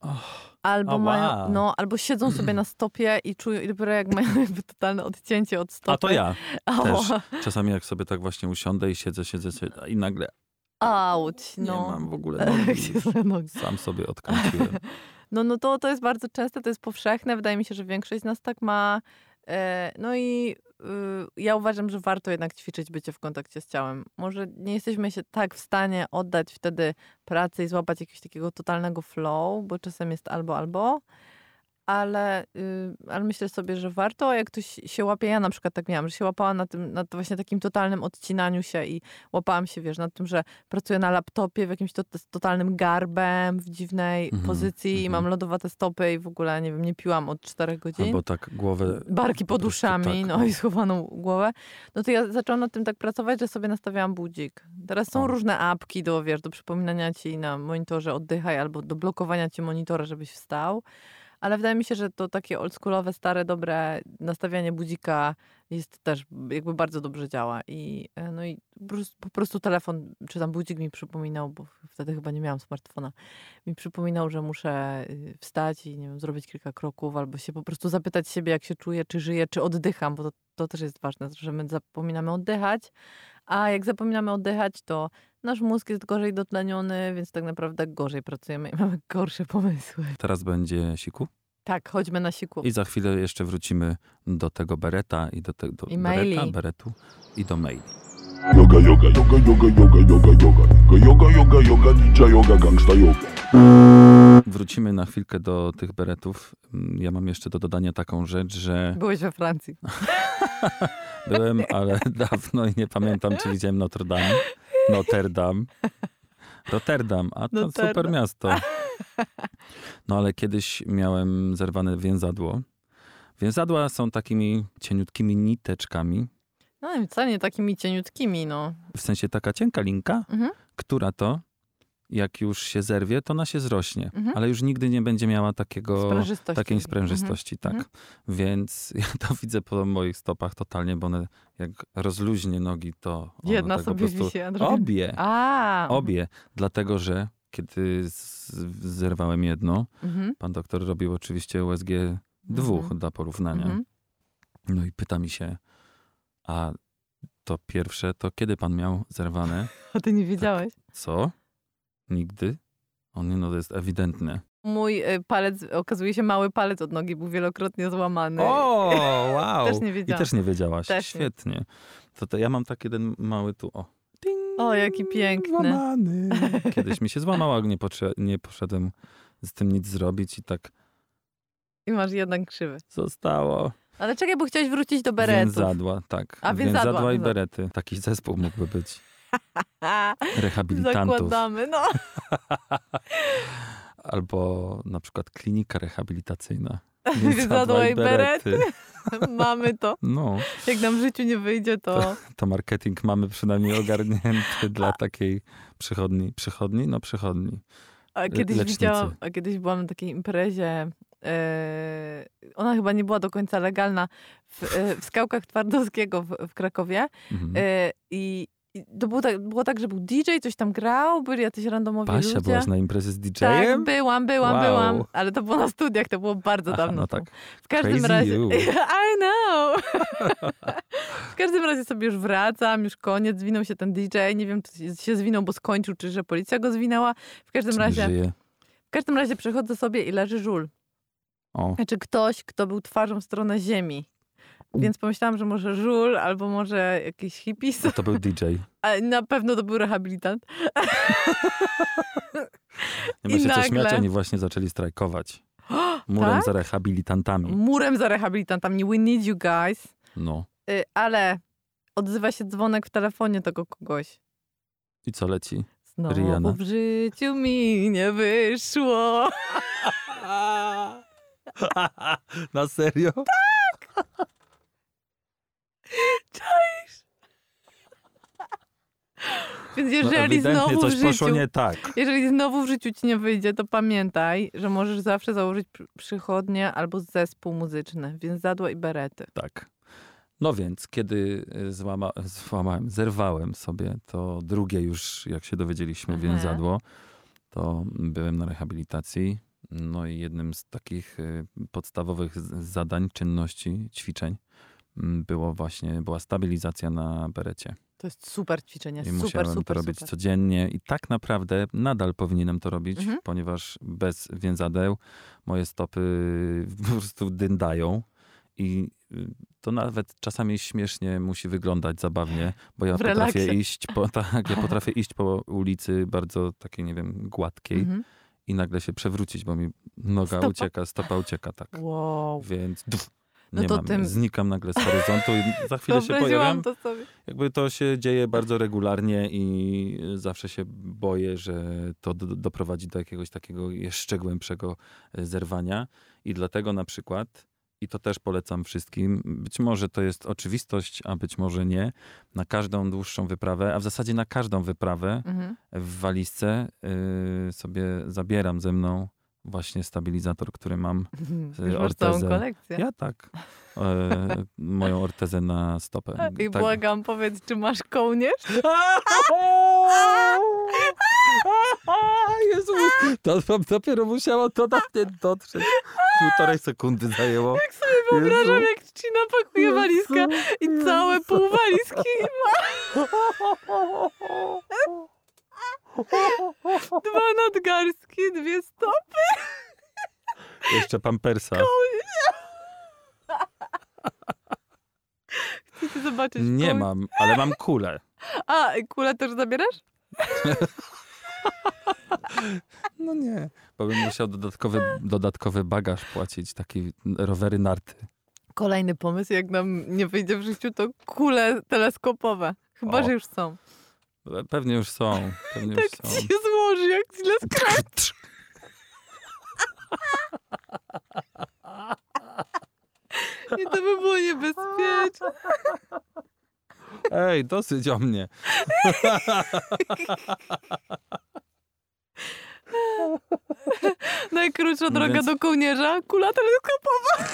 Albo siedzą sobie na stopie i czują, i dopiero jak mają jakby totalne odcięcie od stopy. A to ja też. Czasami jak sobie tak właśnie usiądę i siedzę i nagle auć, nie mam w ogóle nogi. Sam sobie odkręciłem. No to jest bardzo częste, to jest powszechne. Wydaje mi się, że większość z nas tak ma. No i ja uważam, że warto jednak ćwiczyć bycie w kontakcie z ciałem. Może nie jesteśmy się tak w stanie oddać wtedy pracy i złapać jakiegoś takiego totalnego flow, bo czasem jest albo. Ale myślę sobie, że warto, jak ktoś się łapie, ja na przykład tak miałam, że się łapałam nad właśnie takim totalnym odcinaniu się i łapałam się, nad tym, że pracuję na laptopie w jakimś totalnym garbem, w dziwnej pozycji i mam lodowate stopy i w ogóle, nie wiem, nie piłam od 4 godzin. Albo tak głowę... Barki pod uszami, i schowaną głowę. No to ja zaczęłam nad tym tak pracować, że sobie nastawiałam budzik. Teraz są różne apki do przypominania ci na monitorze oddychaj albo do blokowania ci monitora, żebyś wstał. Ale wydaje mi się, że to takie oldschoolowe, stare, dobre nastawianie budzika jest też jakby bardzo dobrze działa. I po prostu telefon, czy tam budzik mi przypominał, bo wtedy chyba nie miałam smartfona, mi przypominał, że muszę wstać i nie wiem, zrobić kilka kroków, albo się po prostu zapytać siebie, jak się czuję, czy żyję, czy oddycham, bo to też jest ważne, że my zapominamy oddychać. A jak zapominamy oddychać, to nasz mózg jest gorzej dotleniony, więc tak naprawdę gorzej pracujemy i mamy gorsze pomysły. Teraz będzie siku? Tak, chodźmy na siku. I za chwilę jeszcze wrócimy do tego bereta i do beretu i do maili. Yoga, yoga, yoga, yoga, yoga, yoga, yoga, yoga, yoga, yoga, ninja yoga, gangsta yoga. Wrócimy na chwilkę do tych beretów. Ja mam jeszcze do dodania taką rzecz, że... Byłeś we Francji. Byłem, ale dawno i nie pamiętam, czy widziałem Rotterdam, a to super miasto. No ale kiedyś miałem zerwane więzadło. Więzadła są takimi cieniutkimi niteczkami. No i wcale nie takimi cieniutkimi, no. W sensie taka cienka linka, która to, jak już się zerwie, to ona się zrośnie. Ale już nigdy nie będzie miała takiej sprężystości. Tak. Więc ja to widzę po moich stopach totalnie, bo one jak rozluźnie nogi, to jedna sobie wisi, a druga... Obie. Dlatego, że kiedy zerwałem jedno, pan doktor robił oczywiście USG 2 dla porównania. No i pyta mi się, a to pierwsze, to kiedy pan miał zerwane? A ty nie wiedziałeś? Tak, co? Nigdy? To jest ewidentne. Mój palec, okazuje się, mały palec od nogi był wielokrotnie złamany. O, wow! Też nie wiedziałam. I też nie wiedziałaś. Też świetnie. To ja mam tak jeden mały tu, O, jaki piękny. Złamany. Kiedyś mi się złamała, nie poszedłem z tym nic zrobić i tak... I masz jednak krzywy. Zostało. Ale czekaj, bo chciałeś wrócić do beretów. Więzadła, tak. A Więzadła i berety. Taki zespół mógłby być. Rehabilitantów. Zakładamy, no. Albo na przykład klinika rehabilitacyjna. Więzadła i berety. Mamy to. No. Jak nam w życiu nie wyjdzie, to marketing mamy przynajmniej ogarnięty dla takiej przychodni. Przychodni? No przychodni. A kiedyś byłam na takiej imprezie. Ona chyba nie była do końca legalna w Skałkach Twardowskiego w Krakowie. I to było tak, że był DJ, coś tam grał, byli jacyś randomowi ludzie. Basia, byłaś na imprezie z DJ-em? Tak, byłam. Ale to było na studiach, to było bardzo dawno. No tak. W każdym razie... You. I know! W każdym razie sobie już wracam, już koniec, zwinął się ten DJ. Nie wiem, czy się zwinął, bo skończył, czy że policja go zwinęła. W każdym razie przechodzę sobie i leży żul. Znaczy ktoś, kto był twarzą w stronę ziemi. Więc pomyślałam, że może żul, albo może jakiś hippies. To był DJ. A na pewno to był rehabilitant. Nie ma się co śmiać, oni właśnie zaczęli strajkować. Murem tak? za rehabilitantami. Murem za rehabilitantami. We need you guys. No. Ale odzywa się dzwonek w telefonie tego kogoś. I co leci? Znowu Rihanna. w życiu mi nie wyszło. Na serio? Tak! Czaisz? Więc jeżeli znowu coś w życiu, poszło nie tak. Jeżeli znowu w życiu ci nie wyjdzie, to pamiętaj, że możesz zawsze założyć przychodnię albo zespół muzyczny, Więzadła i berety. Tak. No więc, kiedy zerwałem sobie to drugie już, jak się dowiedzieliśmy, więzadło, to byłem na rehabilitacji. No i jednym z takich podstawowych zadań, czynności, ćwiczeń była stabilizacja na berecie. To jest super ćwiczenie, I musiałem to robić codziennie i tak naprawdę nadal powinienem to robić, ponieważ bez więzadeł moje stopy po prostu dyndają i to nawet czasami śmiesznie musi wyglądać, zabawnie, bo ja potrafię iść po ulicy bardzo takiej, nie wiem, gładkiej i nagle się przewrócić, bo mi stopa ucieka, tak. Wow. Więc znikam nagle z horyzontu i za chwilę się pojawiam. To sobie. Jakby to się dzieje bardzo regularnie i zawsze się boję, że to doprowadzi do jakiegoś takiego jeszcze głębszego zerwania. I dlatego na przykład, i to też polecam wszystkim, być może to jest oczywistość, a być może nie, na każdą dłuższą wyprawę, a w zasadzie na każdą wyprawę w walizce sobie zabieram ze mną właśnie stabilizator, który mam. Masz całą kolekcję. Ja tak. Moją ortezę na stopę. I tak. Błagam, powiedz, czy masz kołnierz? Jezu, to dopiero musiało to do mnie dotrzeć. 1,5 sekundy zajęło. Jak sobie wyobrażam, jak ci napakuje walizkę i całe pół walizki ma. 2 nadgarstki, 2 stopy. Jeszcze pampersa. Chcecie zobaczyć Nie mam, ale mam kulę. A, kulę też zabierasz? No nie, bo bym musiał dodatkowy bagaż płacić, taki rowery narty. Kolejny pomysł, jak nam nie wyjdzie w życiu, to kule teleskopowe. Chyba, że już są. Pewnie już są. Tak ci się złoży, jak źle skręć. I to by było niebezpieczne. Ej, dosyć o mnie. Najkrótsza droga do kołnierza, kula teleskopowa.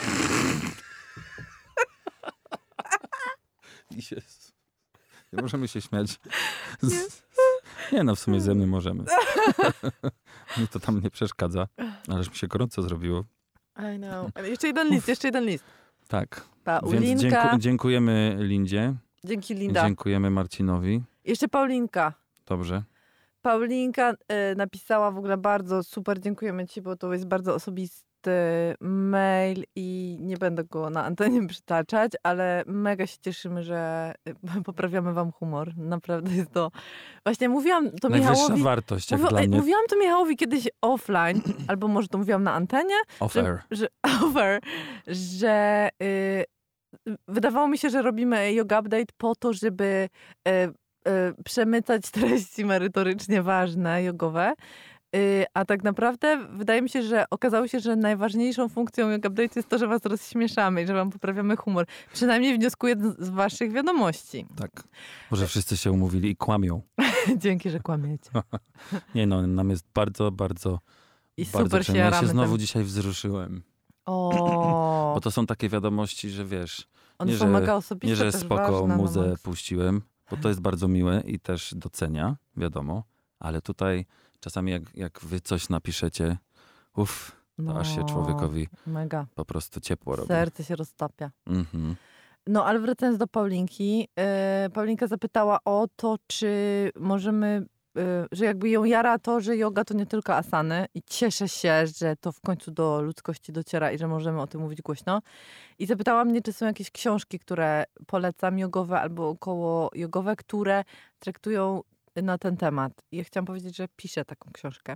Jezu. Nie możemy się śmiać. Nie no, w sumie ze mnie możemy. Mi to tam nie przeszkadza. Ależ mi się gorąco zrobiło. I know. Jeszcze jeden list. Tak. Paulinka. Więc dziękujemy Lindzie. Dzięki, Linda. Dziękujemy Marcinowi. Jeszcze Paulinka. Dobrze. Paulinka napisała w ogóle bardzo super, dziękujemy ci, bo to jest bardzo mail i nie będę go na antenie przytaczać, ale mega się cieszymy, że poprawiamy wam humor. Naprawdę jest to... Właśnie mówiłam to Michałowi... Najwyższa wartość, jak dla mnie. Mówiłam to Michałowi kiedyś offline, albo może to mówiłam na antenie. Off-air. Że wydawało mi się, że robimy Yoga Update po to, żeby przemycać treści merytorycznie ważne, jogowe. A tak naprawdę wydaje mi się, że okazało się, że najważniejszą funkcją Yoga Update jest to, że was rozśmieszamy i że wam poprawiamy humor. Przynajmniej wnioskuję z waszych wiadomości. Tak. Może wszyscy się umówili i kłamią. Dzięki, że kłamiecie. Nie no, nam jest bardzo, bardzo... I bardzo super się Ja jaramy się znowu tym. dzisiaj wzruszyłem. Bo to są takie wiadomości, że wiesz... One są mega osobiste, nie, że też spoko ważne, muzę puściłem, bo to jest bardzo miłe i też docenia, wiadomo. Ale tutaj czasami jak wy coś napiszecie, to aż się człowiekowi mega. po prostu ciepło robi. Serce się roztapia. Mhm. No, ale wracając do Paulinki. Paulinka zapytała o to, czy możemy, że jakby ją jara to, że yoga to nie tylko asany. I cieszę się, że to w końcu do ludzkości dociera i że możemy o tym mówić głośno. I zapytała mnie, czy są jakieś książki, które polecam jogowe albo około jogowe, które traktują na ten temat. I ja chciałam powiedzieć, że piszę taką książkę.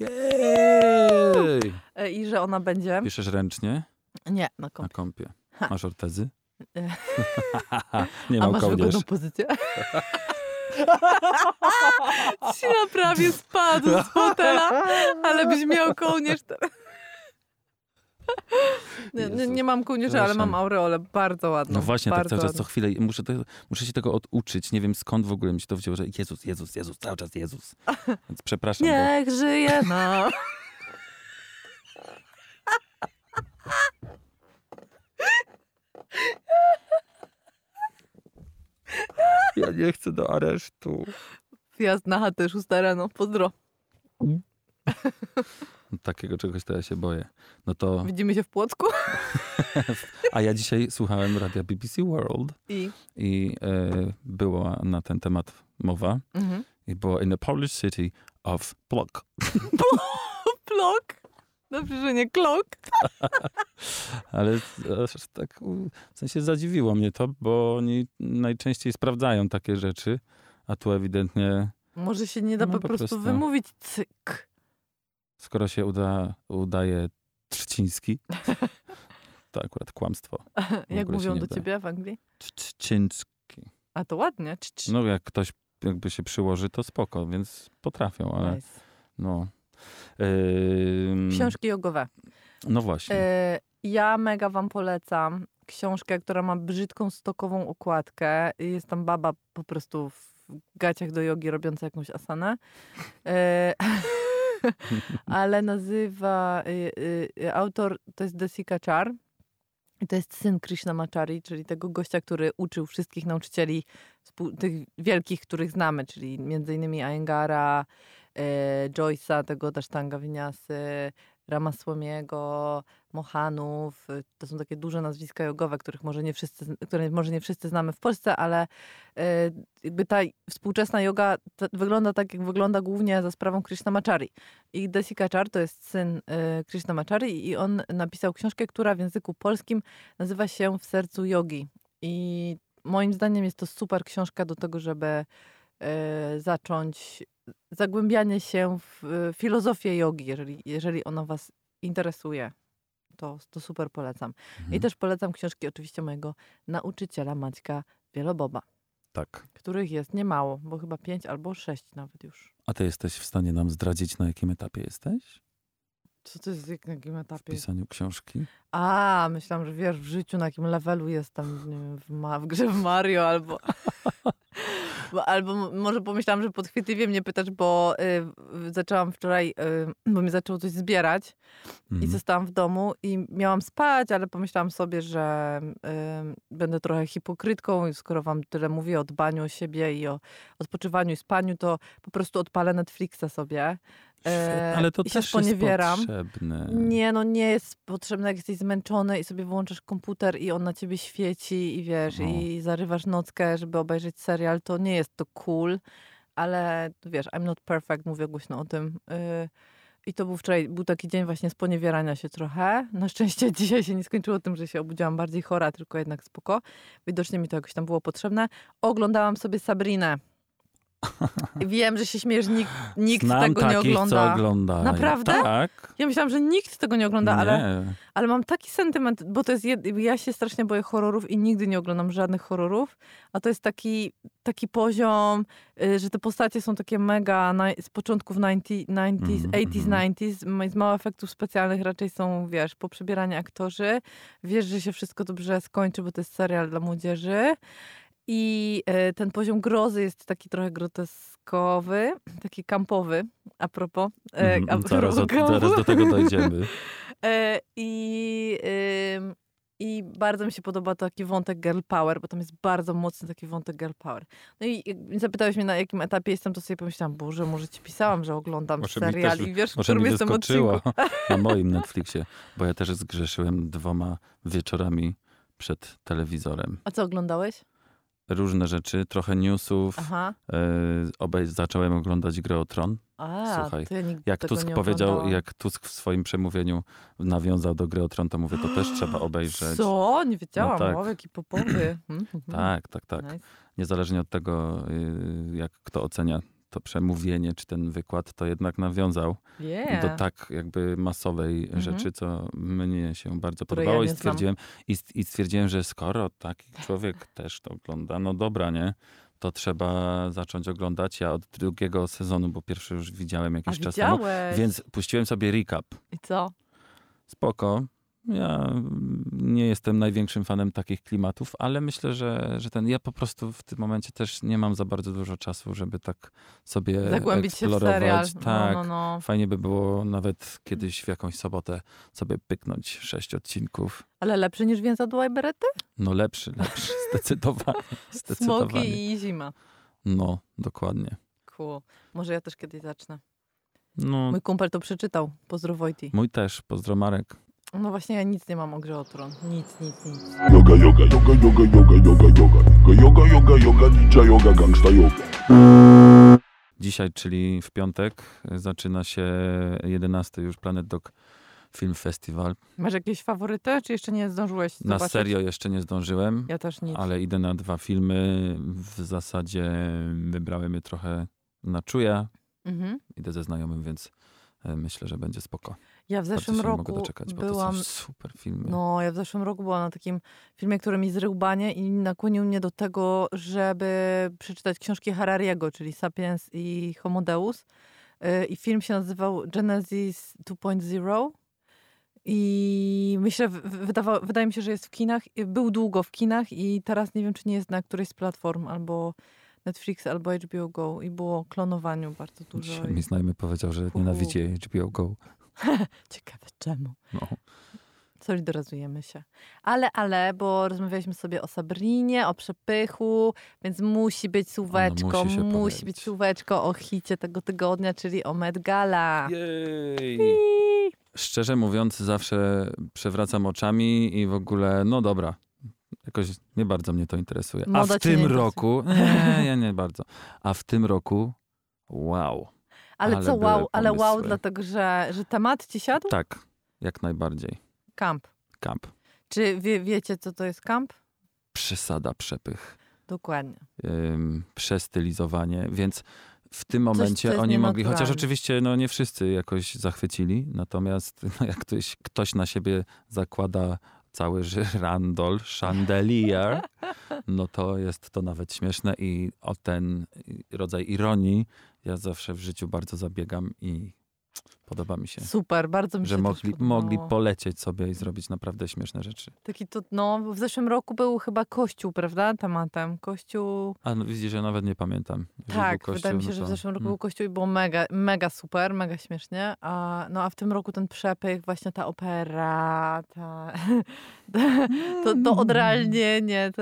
Jej! I że ona będzie... Piszesz ręcznie? Nie, na kompie. Na kompie. Masz ortezy? Nie ma masz kołnierz. wygodną pozycję? Ci na prawie spadł z fotela, ale byś miał kołnierz. Nie mam kołnierza, ale mam aureolę. Bardzo ładną. No właśnie, tak cały czas ładną. co chwilę. Muszę się tego oduczyć. Nie wiem skąd w ogóle mi się to wzięło, że Jezus, cały czas Jezus. Więc przepraszam. Niech żyje na... Ja nie chcę do aresztu. Wjazd na chatę 6 rano. Pozdro. Takiego czegoś to ja się boję. No to... Widzimy się w Płocku. A ja dzisiaj słuchałem radia BBC World i była na ten temat mowa. I było in the Polish city of Płock. Plock? Dobrze, że nie klok. Ale tak w sensie zadziwiło mnie to, bo oni najczęściej sprawdzają takie rzeczy, a tu ewidentnie... Może się nie da po prostu wymówić cyk. Skoro się udaje Trzciński, to akurat kłamstwo. Jak mówią do ciebie w Anglii? Trzciński. A to ładnie. No jak ktoś jakby się przyłoży, to spoko, więc potrafią, ale nice. No. Książki jogowe. No właśnie. Ja mega wam polecam książkę, która ma brzydką stokową okładkę. Jest tam baba po prostu w gaciach do jogi robiąca jakąś asanę. Ale nazywa... autor to jest Desikachar. I to jest syn Krishnamacharyi, czyli tego gościa, który uczył wszystkich nauczycieli, tych wielkich, których znamy, czyli między innymi Iyengara, Joyce'a, tego Ashtanga Vinyasy, Ramaswamiego, Mohanów. To są takie duże nazwiska jogowe, które może nie wszyscy znamy w Polsce, ale jakby ta współczesna joga wygląda tak, jak wygląda głównie za sprawą Krishnamacharyi. I Desikachar to jest syn Krishnamacharyi i on napisał książkę, która w języku polskim nazywa się W sercu jogi. I moim zdaniem jest to super książka do tego, żeby zacząć zagłębianie się w filozofię jogi, jeżeli ona was interesuje. To super polecam. I też polecam książki oczywiście mojego nauczyciela Maćka Wieloboba. Tak. Których jest niemało, bo chyba 5 albo 6 nawet już. A ty jesteś w stanie nam zdradzić, na jakim etapie jesteś? Co to jest, na jakim etapie? W pisaniu książki? A, myślałam, że wiesz w życiu, na jakim levelu jestem, nie wiem, w grze w Mario albo... Albo może pomyślałam, że podchwytliwie mnie pytasz, bo zaczęłam wczoraj, bo mi zaczęło coś zbierać i zostałam w domu i miałam spać, ale pomyślałam sobie, że będę trochę hipokrytką i skoro wam tyle mówię o dbaniu o siebie i o odpoczywaniu i spaniu, to po prostu odpalę Netflixa sobie. Ale to i też się sponiewieram. jest potrzebne. Nie, no nie jest potrzebne, jak jesteś zmęczony i sobie wyłączasz komputer i on na ciebie świeci i wiesz, i zarywasz nockę, żeby obejrzeć serial, to nie jest to cool, ale wiesz, I'm not perfect, mówię głośno o tym. I to był wczoraj, był taki dzień właśnie sponiewierania się trochę. Na szczęście dzisiaj się nie skończyło tym, że się obudziłam bardziej chora, tylko jednak spoko. Widocznie mi to jakoś tam było potrzebne. Oglądałam sobie Sabrinę. Wiem, że się śmiejesz, nikt tego nie ogląda. Co ogląda. Naprawdę? Tak. Ja myślałam, że nikt tego nie ogląda, ale mam taki sentyment, bo to jest ja się strasznie boję horrorów i nigdy nie oglądam żadnych horrorów, a to jest taki poziom, że te postacie są takie mega z początków 80s, 90s, z mało efektów specjalnych, raczej są, wiesz, poprzebierani aktorzy. Wiesz, że się wszystko dobrze skończy, bo to jest serial dla młodzieży. I ten poziom grozy jest taki trochę groteskowy, taki kampowy, a propos. Zaraz do tego dojdziemy. I bardzo mi się podoba taki wątek girl power, bo tam jest bardzo mocny taki wątek girl power. No i zapytałeś mnie, na jakim etapie jestem, to sobie pomyślałam, Boże, może ci pisałam, że oglądam serial i wiesz, w którym jestem odcinku. Na moim Netflixie, bo ja też zgrzeszyłem 2 wieczorami przed telewizorem. A co oglądałeś? Różne rzeczy, trochę newsów. Zacząłem oglądać Grę o Tron. Słuchaj, to ja jak Tusk powiedział, jak Tusk w swoim przemówieniu nawiązał do Gry o Tron, to mówię, to też trzeba obejrzeć. Co? Nie wiedziałam. No tak. Wow, jaki popowy. Tak. Nice. Niezależnie od tego, jak kto ocenia to przemówienie, czy ten wykład, to jednak nawiązał do tak jakby masowej rzeczy, co mnie się bardzo podobało. I stwierdziłem, że skoro taki człowiek też to ogląda, no dobra, nie? To trzeba zacząć oglądać. Ja od 2. sezonu, bo pierwszy już widziałem jakiś czas temu, więc puściłem sobie recap. I co? Spoko. Ja nie jestem największym fanem takich klimatów, ale myślę, że ja po prostu w tym momencie też nie mam za bardzo dużo czasu, żeby tak sobie zagłębić eksplorować. się w serial. Tak, fajnie by było nawet kiedyś w jakąś sobotę sobie pyknąć 6 odcinków. Ale lepszy niż Więzadła i Berety? No lepszy, zdecydowanie. Smoki i zima. No, dokładnie. Cool. Może ja też kiedyś zacznę. No. Mój kumpel to przeczytał. Pozdro Wojti. Mój też. Pozdro Marek. No właśnie, ja nic nie mam o Grze o Tron. Nic. Yoga, ninja yoga, gangsta yoga. Dzisiaj, czyli w piątek, zaczyna się 11. już Planet Dog Film Festival. Masz jakieś faworyty, czy jeszcze nie zdążyłeś zobaczyć? Na serio jeszcze nie zdążyłem. Ja też nic. Ale idę na 2 filmy. W zasadzie wybrałem je trochę na czuja. Idę ze znajomym, więc myślę, że będzie spoko. Ja w zeszłym roku mogę doczekać, bo to są super filmy. No, ja w zeszłym roku byłam na takim filmie, który mi zrył banie i nakłonił mnie do tego, żeby przeczytać książki Harariego, czyli Sapiens i Homo Deus. I film się nazywał Genesis 2.0. I myślę, wydaje mi się, że jest w kinach. Był długo w kinach i teraz nie wiem, czy nie jest na którejś z platform, albo Netflix, albo HBO Go. I było o klonowaniu bardzo dużo. Dzisiaj mi znajomy powiedział, że nienawidzi HBO Go. Ciekawe czemu. No. Solidaryzujemy się. Ale, bo rozmawialiśmy sobie o Sabrinie, o przepychu, więc musi być słóweczko, musi być słóweczko o hicie tego tygodnia, czyli o Met Gala. Jej! Szczerze mówiąc, zawsze przewracam oczami i w ogóle, no dobra, jakoś nie bardzo mnie to interesuje. A w tym roku, nie bardzo. A w tym roku, wow. Ale co wow, ale wow, dlatego, że temat ci siadł? Tak, jak najbardziej. Camp. Czy wiecie, co to jest camp? Przesada, przepych. Dokładnie. Przestylizowanie, więc w tym momencie oni mogli, chociaż oczywiście nie wszyscy jakoś zachwycili, natomiast jak ktoś na siebie zakłada cały żyrandol, chandelier, no to jest to nawet śmieszne i o ten rodzaj ironii ja zawsze w życiu bardzo zabiegam i podoba mi się. Super, bardzo mi się że mogli polecieć sobie i zrobić naprawdę śmieszne rzeczy. W zeszłym roku był chyba Kościół, prawda? Tematem. Kościół... A no widzisz, ja nawet nie pamiętam. Tak, wydaje mi się, że w zeszłym roku był Kościół i było mega super, mega śmiesznie. A w tym roku ten przepych, właśnie ta opera, to odrealnienie,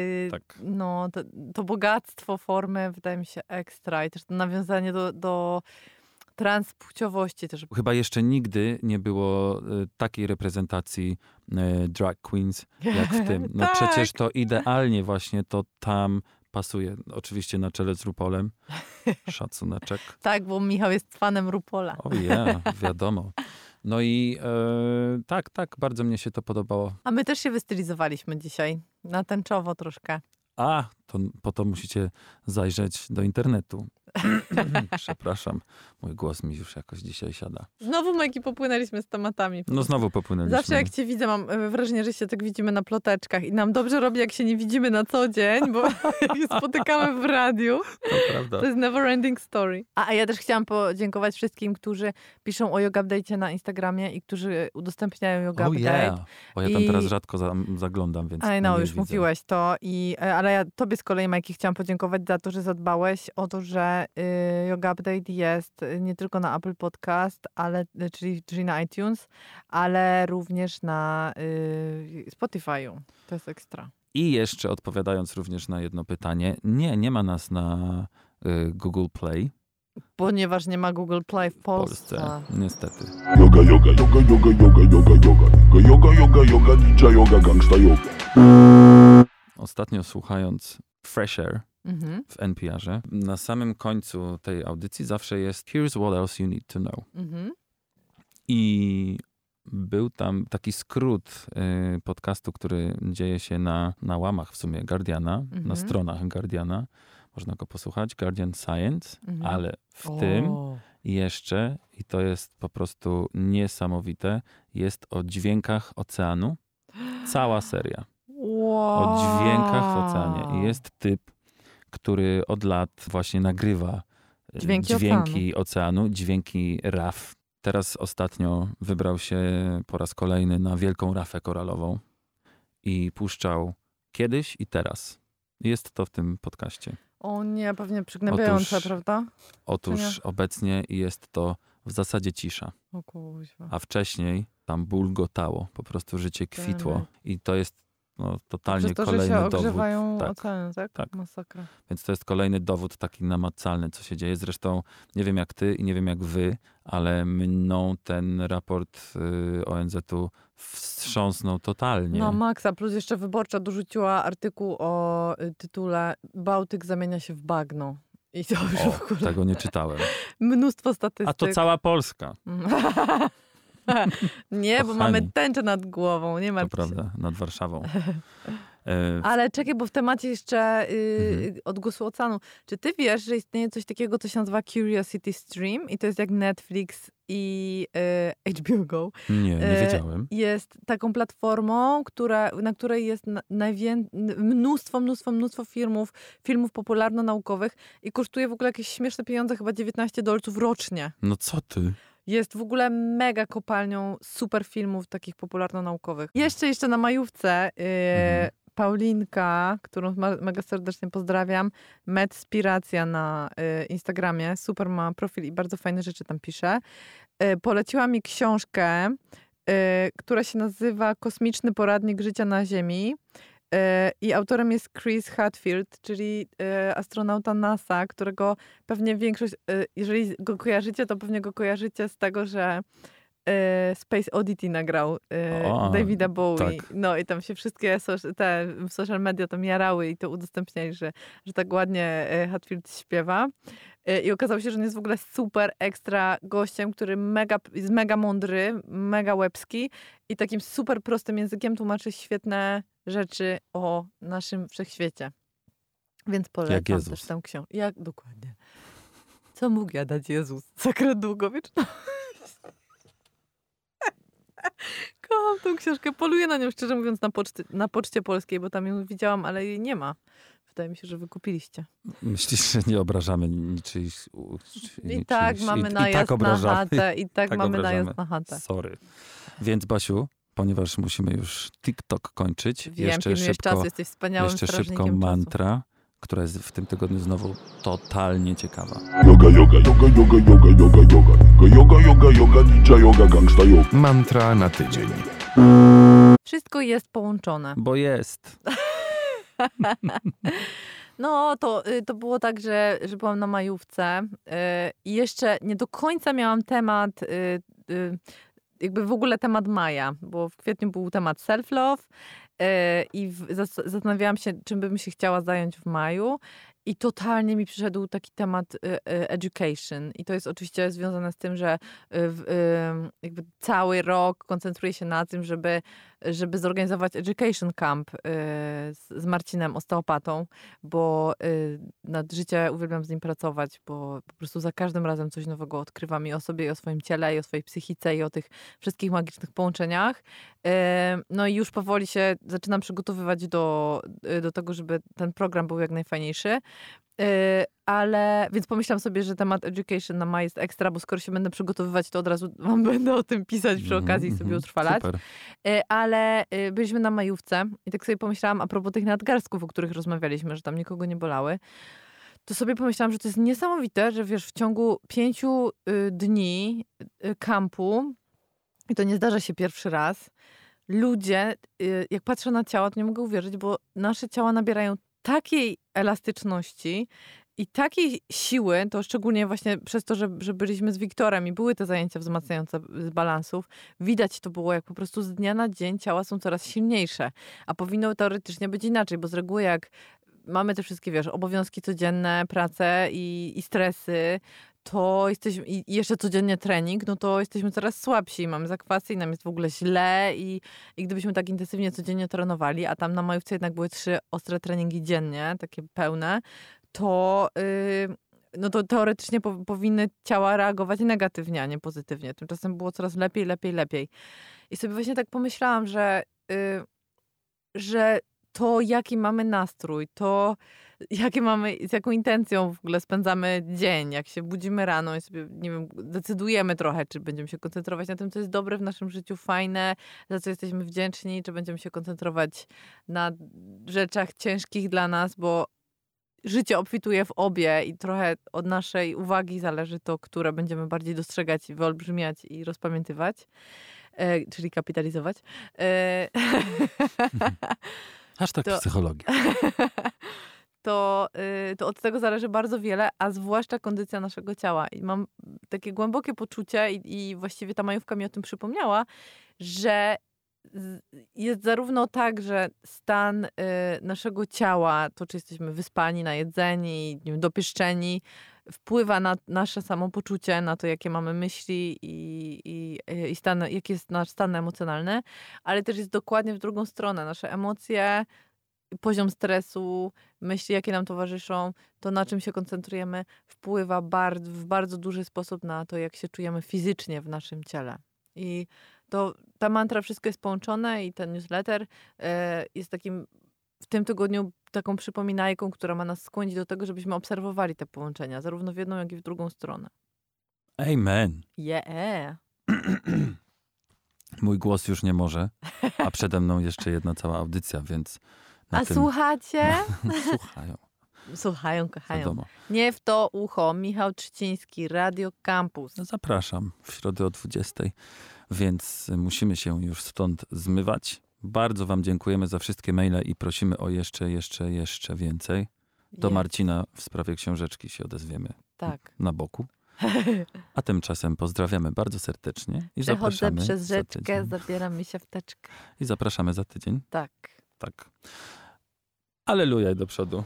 to bogactwo formy wydaje mi się ekstra. I też to nawiązanie do transpłciowości też. Chyba jeszcze nigdy nie było takiej reprezentacji drag queens jak w tym. No tak. Przecież to idealnie właśnie to tam pasuje. Oczywiście na czele z RuPaulem. Szacuneczek. Tak, bo Michał jest fanem RuPaula. Wiadomo. No i tak, bardzo mnie się to podobało. A my też się wystylizowaliśmy dzisiaj. Na tęczowo troszkę. To po to musicie zajrzeć do internetu. Przepraszam, mój głos mi już jakoś dzisiaj siada. Znowu, Majki, popłynęliśmy z tematami. Znowu popłynęliśmy. Zawsze jak cię widzę, mam wrażenie, że się tak widzimy na ploteczkach i nam dobrze robi, jak się nie widzimy na co dzień, bo jak się spotykamy w radiu. To prawda. To jest never ending story. A ja też chciałam podziękować wszystkim, którzy piszą o Yoga Update'cie na Instagramie i którzy udostępniają Yoga Update. Bo ja tam teraz rzadko zaglądam, więc już widzę. mówiłeś to. Ale ja tobie z kolei, Majki, chciałam podziękować za to, że zadbałeś o to, że Yoga Update jest nie tylko na Apple Podcast, czyli na iTunes, ale również na Spotify'u. To jest ekstra. I jeszcze odpowiadając również na jedno pytanie, nie ma nas na Google Play. Ponieważ nie ma Google Play w Polsce. Niestety. Yoga, yoga, yoga, yoga, yoga, yoga, yoga. Yoga, yoga, yoga, ninja yoga, gangsta yoga. Ostatnio słuchając Fresh Air w NPR-ze, na samym końcu tej audycji zawsze jest Here's what else you need to know. I był tam taki skrót podcastu, który dzieje się na łamach w sumie Guardiana, na stronach Guardiana. Można go posłuchać, Guardian Science, ale w tym jeszcze, i to jest po prostu niesamowite, jest o dźwiękach oceanu. Cała seria. Wow. O dźwiękach w oceanie. I jest typ, który od lat właśnie nagrywa dźwięki oceanu, dźwięki raf. Teraz ostatnio wybrał się po raz kolejny na wielką rafę koralową i puszczał kiedyś i teraz. Jest to w tym podcaście. O nie, pewnie przygnębiające, prawda? Otóż obecnie jest to w zasadzie cisza. O kuźwa. A wcześniej tam bulgotało, po prostu życie kwitło. I to jest totalnie to, kolejny że się dowód. ogrzewają oceany, tak? Tak. Masakra. Więc to jest kolejny dowód taki namacalny, co się dzieje. Zresztą nie wiem jak ty i nie wiem jak wy, ale mną ten raport ONZ-u wstrząsnął totalnie. No maksa, plus jeszcze Wyborcza dorzuciła artykuł o tytule Bałtyk zamienia się w bagno. I to już w ogóle... Tego nie czytałem. Mnóstwo statystyk. A to cała Polska. Nie, bo mamy tęczę nad głową. Nie ma. To prawda, nad Warszawą. Ale czekaj, bo w temacie jeszcze odgłosu oceanu. Czy ty wiesz, że istnieje coś takiego, co się nazywa Curiosity Stream i to jest jak Netflix i HBO Go? Nie wiedziałem. Jest taką platformą, na której jest mnóstwo filmów popularno-naukowych i kosztuje w ogóle jakieś śmieszne pieniądze, chyba $19 rocznie. No co ty? Jest w ogóle mega kopalnią super filmów takich popularno-naukowych. Jeszcze na majówce Paulinka, którą mega serdecznie pozdrawiam, Medspiracja na Instagramie, super ma profil i bardzo fajne rzeczy tam pisze, poleciła mi książkę, która się nazywa Kosmiczny poradnik życia na Ziemi. I autorem jest Chris Hadfield, czyli astronauta NASA, którego pewnie większość, jeżeli go kojarzycie, to pewnie go kojarzycie z tego, że Space Oddity nagrał Davida Bowie. Tak. No i tam się wszystkie te social media tam jarały i to udostępniali, że tak ładnie Hadfield śpiewa. I okazało się, że on jest w ogóle super ekstra gościem, który jest mega mądry, mega łebski i takim super prostym językiem tłumaczy świetne rzeczy o naszym wszechświecie. Więc polecam też tę książkę. Jak dokładnie? Co mógł jadać Jezus? Sekret długowieczności. Kocham tą książkę. Poluję na nią, szczerze mówiąc, na Poczcie Polskiej, bo tam ją widziałam, ale jej nie ma. Wydaje mi się, że wy kupiliście. Myślisz, że nie obrażamy niczyich... I tak mamy najazd na chatę. I tak mamy najazd na chatę. Sorry. Więc Basiu, ponieważ musimy już TikTok kończyć. Wiem, jeszcze szybko, jesteś wspaniałym jeszcze szybko mantra, która jest w tym tygodniu znowu totalnie ciekawa. Yoga, yoga, yoga, yoga, yoga, yoga, yoga. Yoga, yoga, yoga, ninja yoga, gangsta yoga. Mantra na tydzień. Wszystko jest połączone. Bo jest. No, to było tak, że byłam na majówce i jeszcze nie do końca miałam temat, jakby w ogóle temat maja, bo w kwietniu był temat self-love i zastanawiałam się, czym bym się chciała zająć w maju. I totalnie mi przyszedł taki temat education. I to jest oczywiście związane z tym, że jakby cały rok koncentruję się na tym, żeby zorganizować education camp z Marcinem, osteopatą, bo nad życie uwielbiam z nim pracować, bo po prostu za każdym razem coś nowego odkrywam i o sobie, i o swoim ciele, i o swojej psychice, i o tych wszystkich magicznych połączeniach. No i już powoli się zaczynam przygotowywać do tego, żeby ten program był jak najfajniejszy. Więc pomyślałam sobie, że temat education na maj jest ekstra, bo skoro się będę przygotowywać, to od razu wam będę o tym pisać przy okazji i sobie utrwalać. Super. Ale byliśmy na majówce i tak sobie pomyślałam a propos tych nadgarstków, o których rozmawialiśmy, że tam nikogo nie bolały. To sobie pomyślałam, że to jest niesamowite, że wiesz, w ciągu 5 dni kampu, i to nie zdarza się pierwszy raz, ludzie, jak patrzę na ciała, to nie mogę uwierzyć, bo nasze ciała nabierają takiej elastyczności i takiej siły, to szczególnie właśnie przez to, że byliśmy z Wiktorem i były te zajęcia wzmacniające z balansów, widać to było, jak po prostu z dnia na dzień ciała są coraz silniejsze. A powinno teoretycznie być inaczej, bo z reguły jak mamy te wszystkie, wiesz, obowiązki codzienne, prace i stresy, to jesteśmy, i jeszcze codziennie trening, no to jesteśmy coraz słabsi, mamy zakwasy i nam jest w ogóle źle i gdybyśmy tak intensywnie codziennie trenowali, a tam na majówce jednak były 3 ostre treningi dziennie, takie pełne, to no to teoretycznie powinny ciała reagować negatywnie, a nie pozytywnie. Tymczasem było coraz lepiej. I sobie właśnie tak pomyślałam, że to, jaki mamy nastrój, to z jaką intencją w ogóle spędzamy dzień, jak się budzimy rano i sobie, nie wiem, decydujemy trochę, czy będziemy się koncentrować na tym, co jest dobre w naszym życiu, fajne, za co jesteśmy wdzięczni, czy będziemy się koncentrować na rzeczach ciężkich dla nas, bo życie obfituje w obie i trochę od naszej uwagi zależy to, które będziemy bardziej dostrzegać, wyolbrzymiać i rozpamiętywać, czyli kapitalizować. Hashtag psychologia. To od tego zależy bardzo wiele, a zwłaszcza kondycja naszego ciała. I mam takie głębokie poczucie i właściwie ta majówka mi o tym przypomniała, że jest zarówno tak, że stan naszego ciała, to czy jesteśmy wyspani, najedzeni, nie wiem, dopieszczeni, wpływa na nasze samopoczucie, na to, jakie mamy myśli i jaki jest nasz stan emocjonalny, ale też jest dokładnie w drugą stronę. Nasze emocje, poziom stresu, myśli, jakie nam towarzyszą, to na czym się koncentrujemy, wpływa w bardzo duży sposób na to, jak się czujemy fizycznie w naszym ciele. I ta mantra, wszystko jest połączone i ten newsletter jest takim w tym tygodniu taką przypominajką, która ma nas skłonić do tego, żebyśmy obserwowali te połączenia, zarówno w jedną, jak i w drugą stronę. Amen. Yeah. Mój głos już nie może, a przede mną jeszcze jedna cała audycja, więc... Słuchacie? Słuchają, kochają. Wiadomo. Nie w to ucho. Michał Trzciński, Radio Campus. No zapraszam w środę o 20:00, więc musimy się już stąd zmywać. Bardzo wam dziękujemy za wszystkie maile i prosimy o jeszcze więcej. Do Marcina w sprawie książeczki się odezwiemy. Tak. Na boku. A tymczasem pozdrawiamy bardzo serdecznie. I przechodzę zapraszamy przez rzeczkę, zabieram mi się w teczkę. I zapraszamy za tydzień. Tak. Alleluja i do przodu.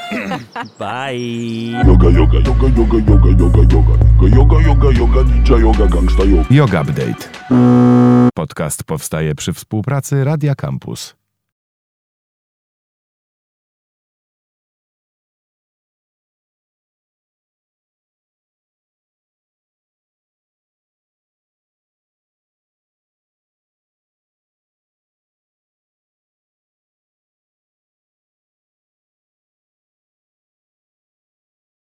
Bye. Yoga, yoga, yoga, yoga, yoga, yoga, yoga. Yoga, yoga, yoga, ninja yoga, gangsta yoga. Yoga Update. Podcast powstaje przy współpracy Radia Campus.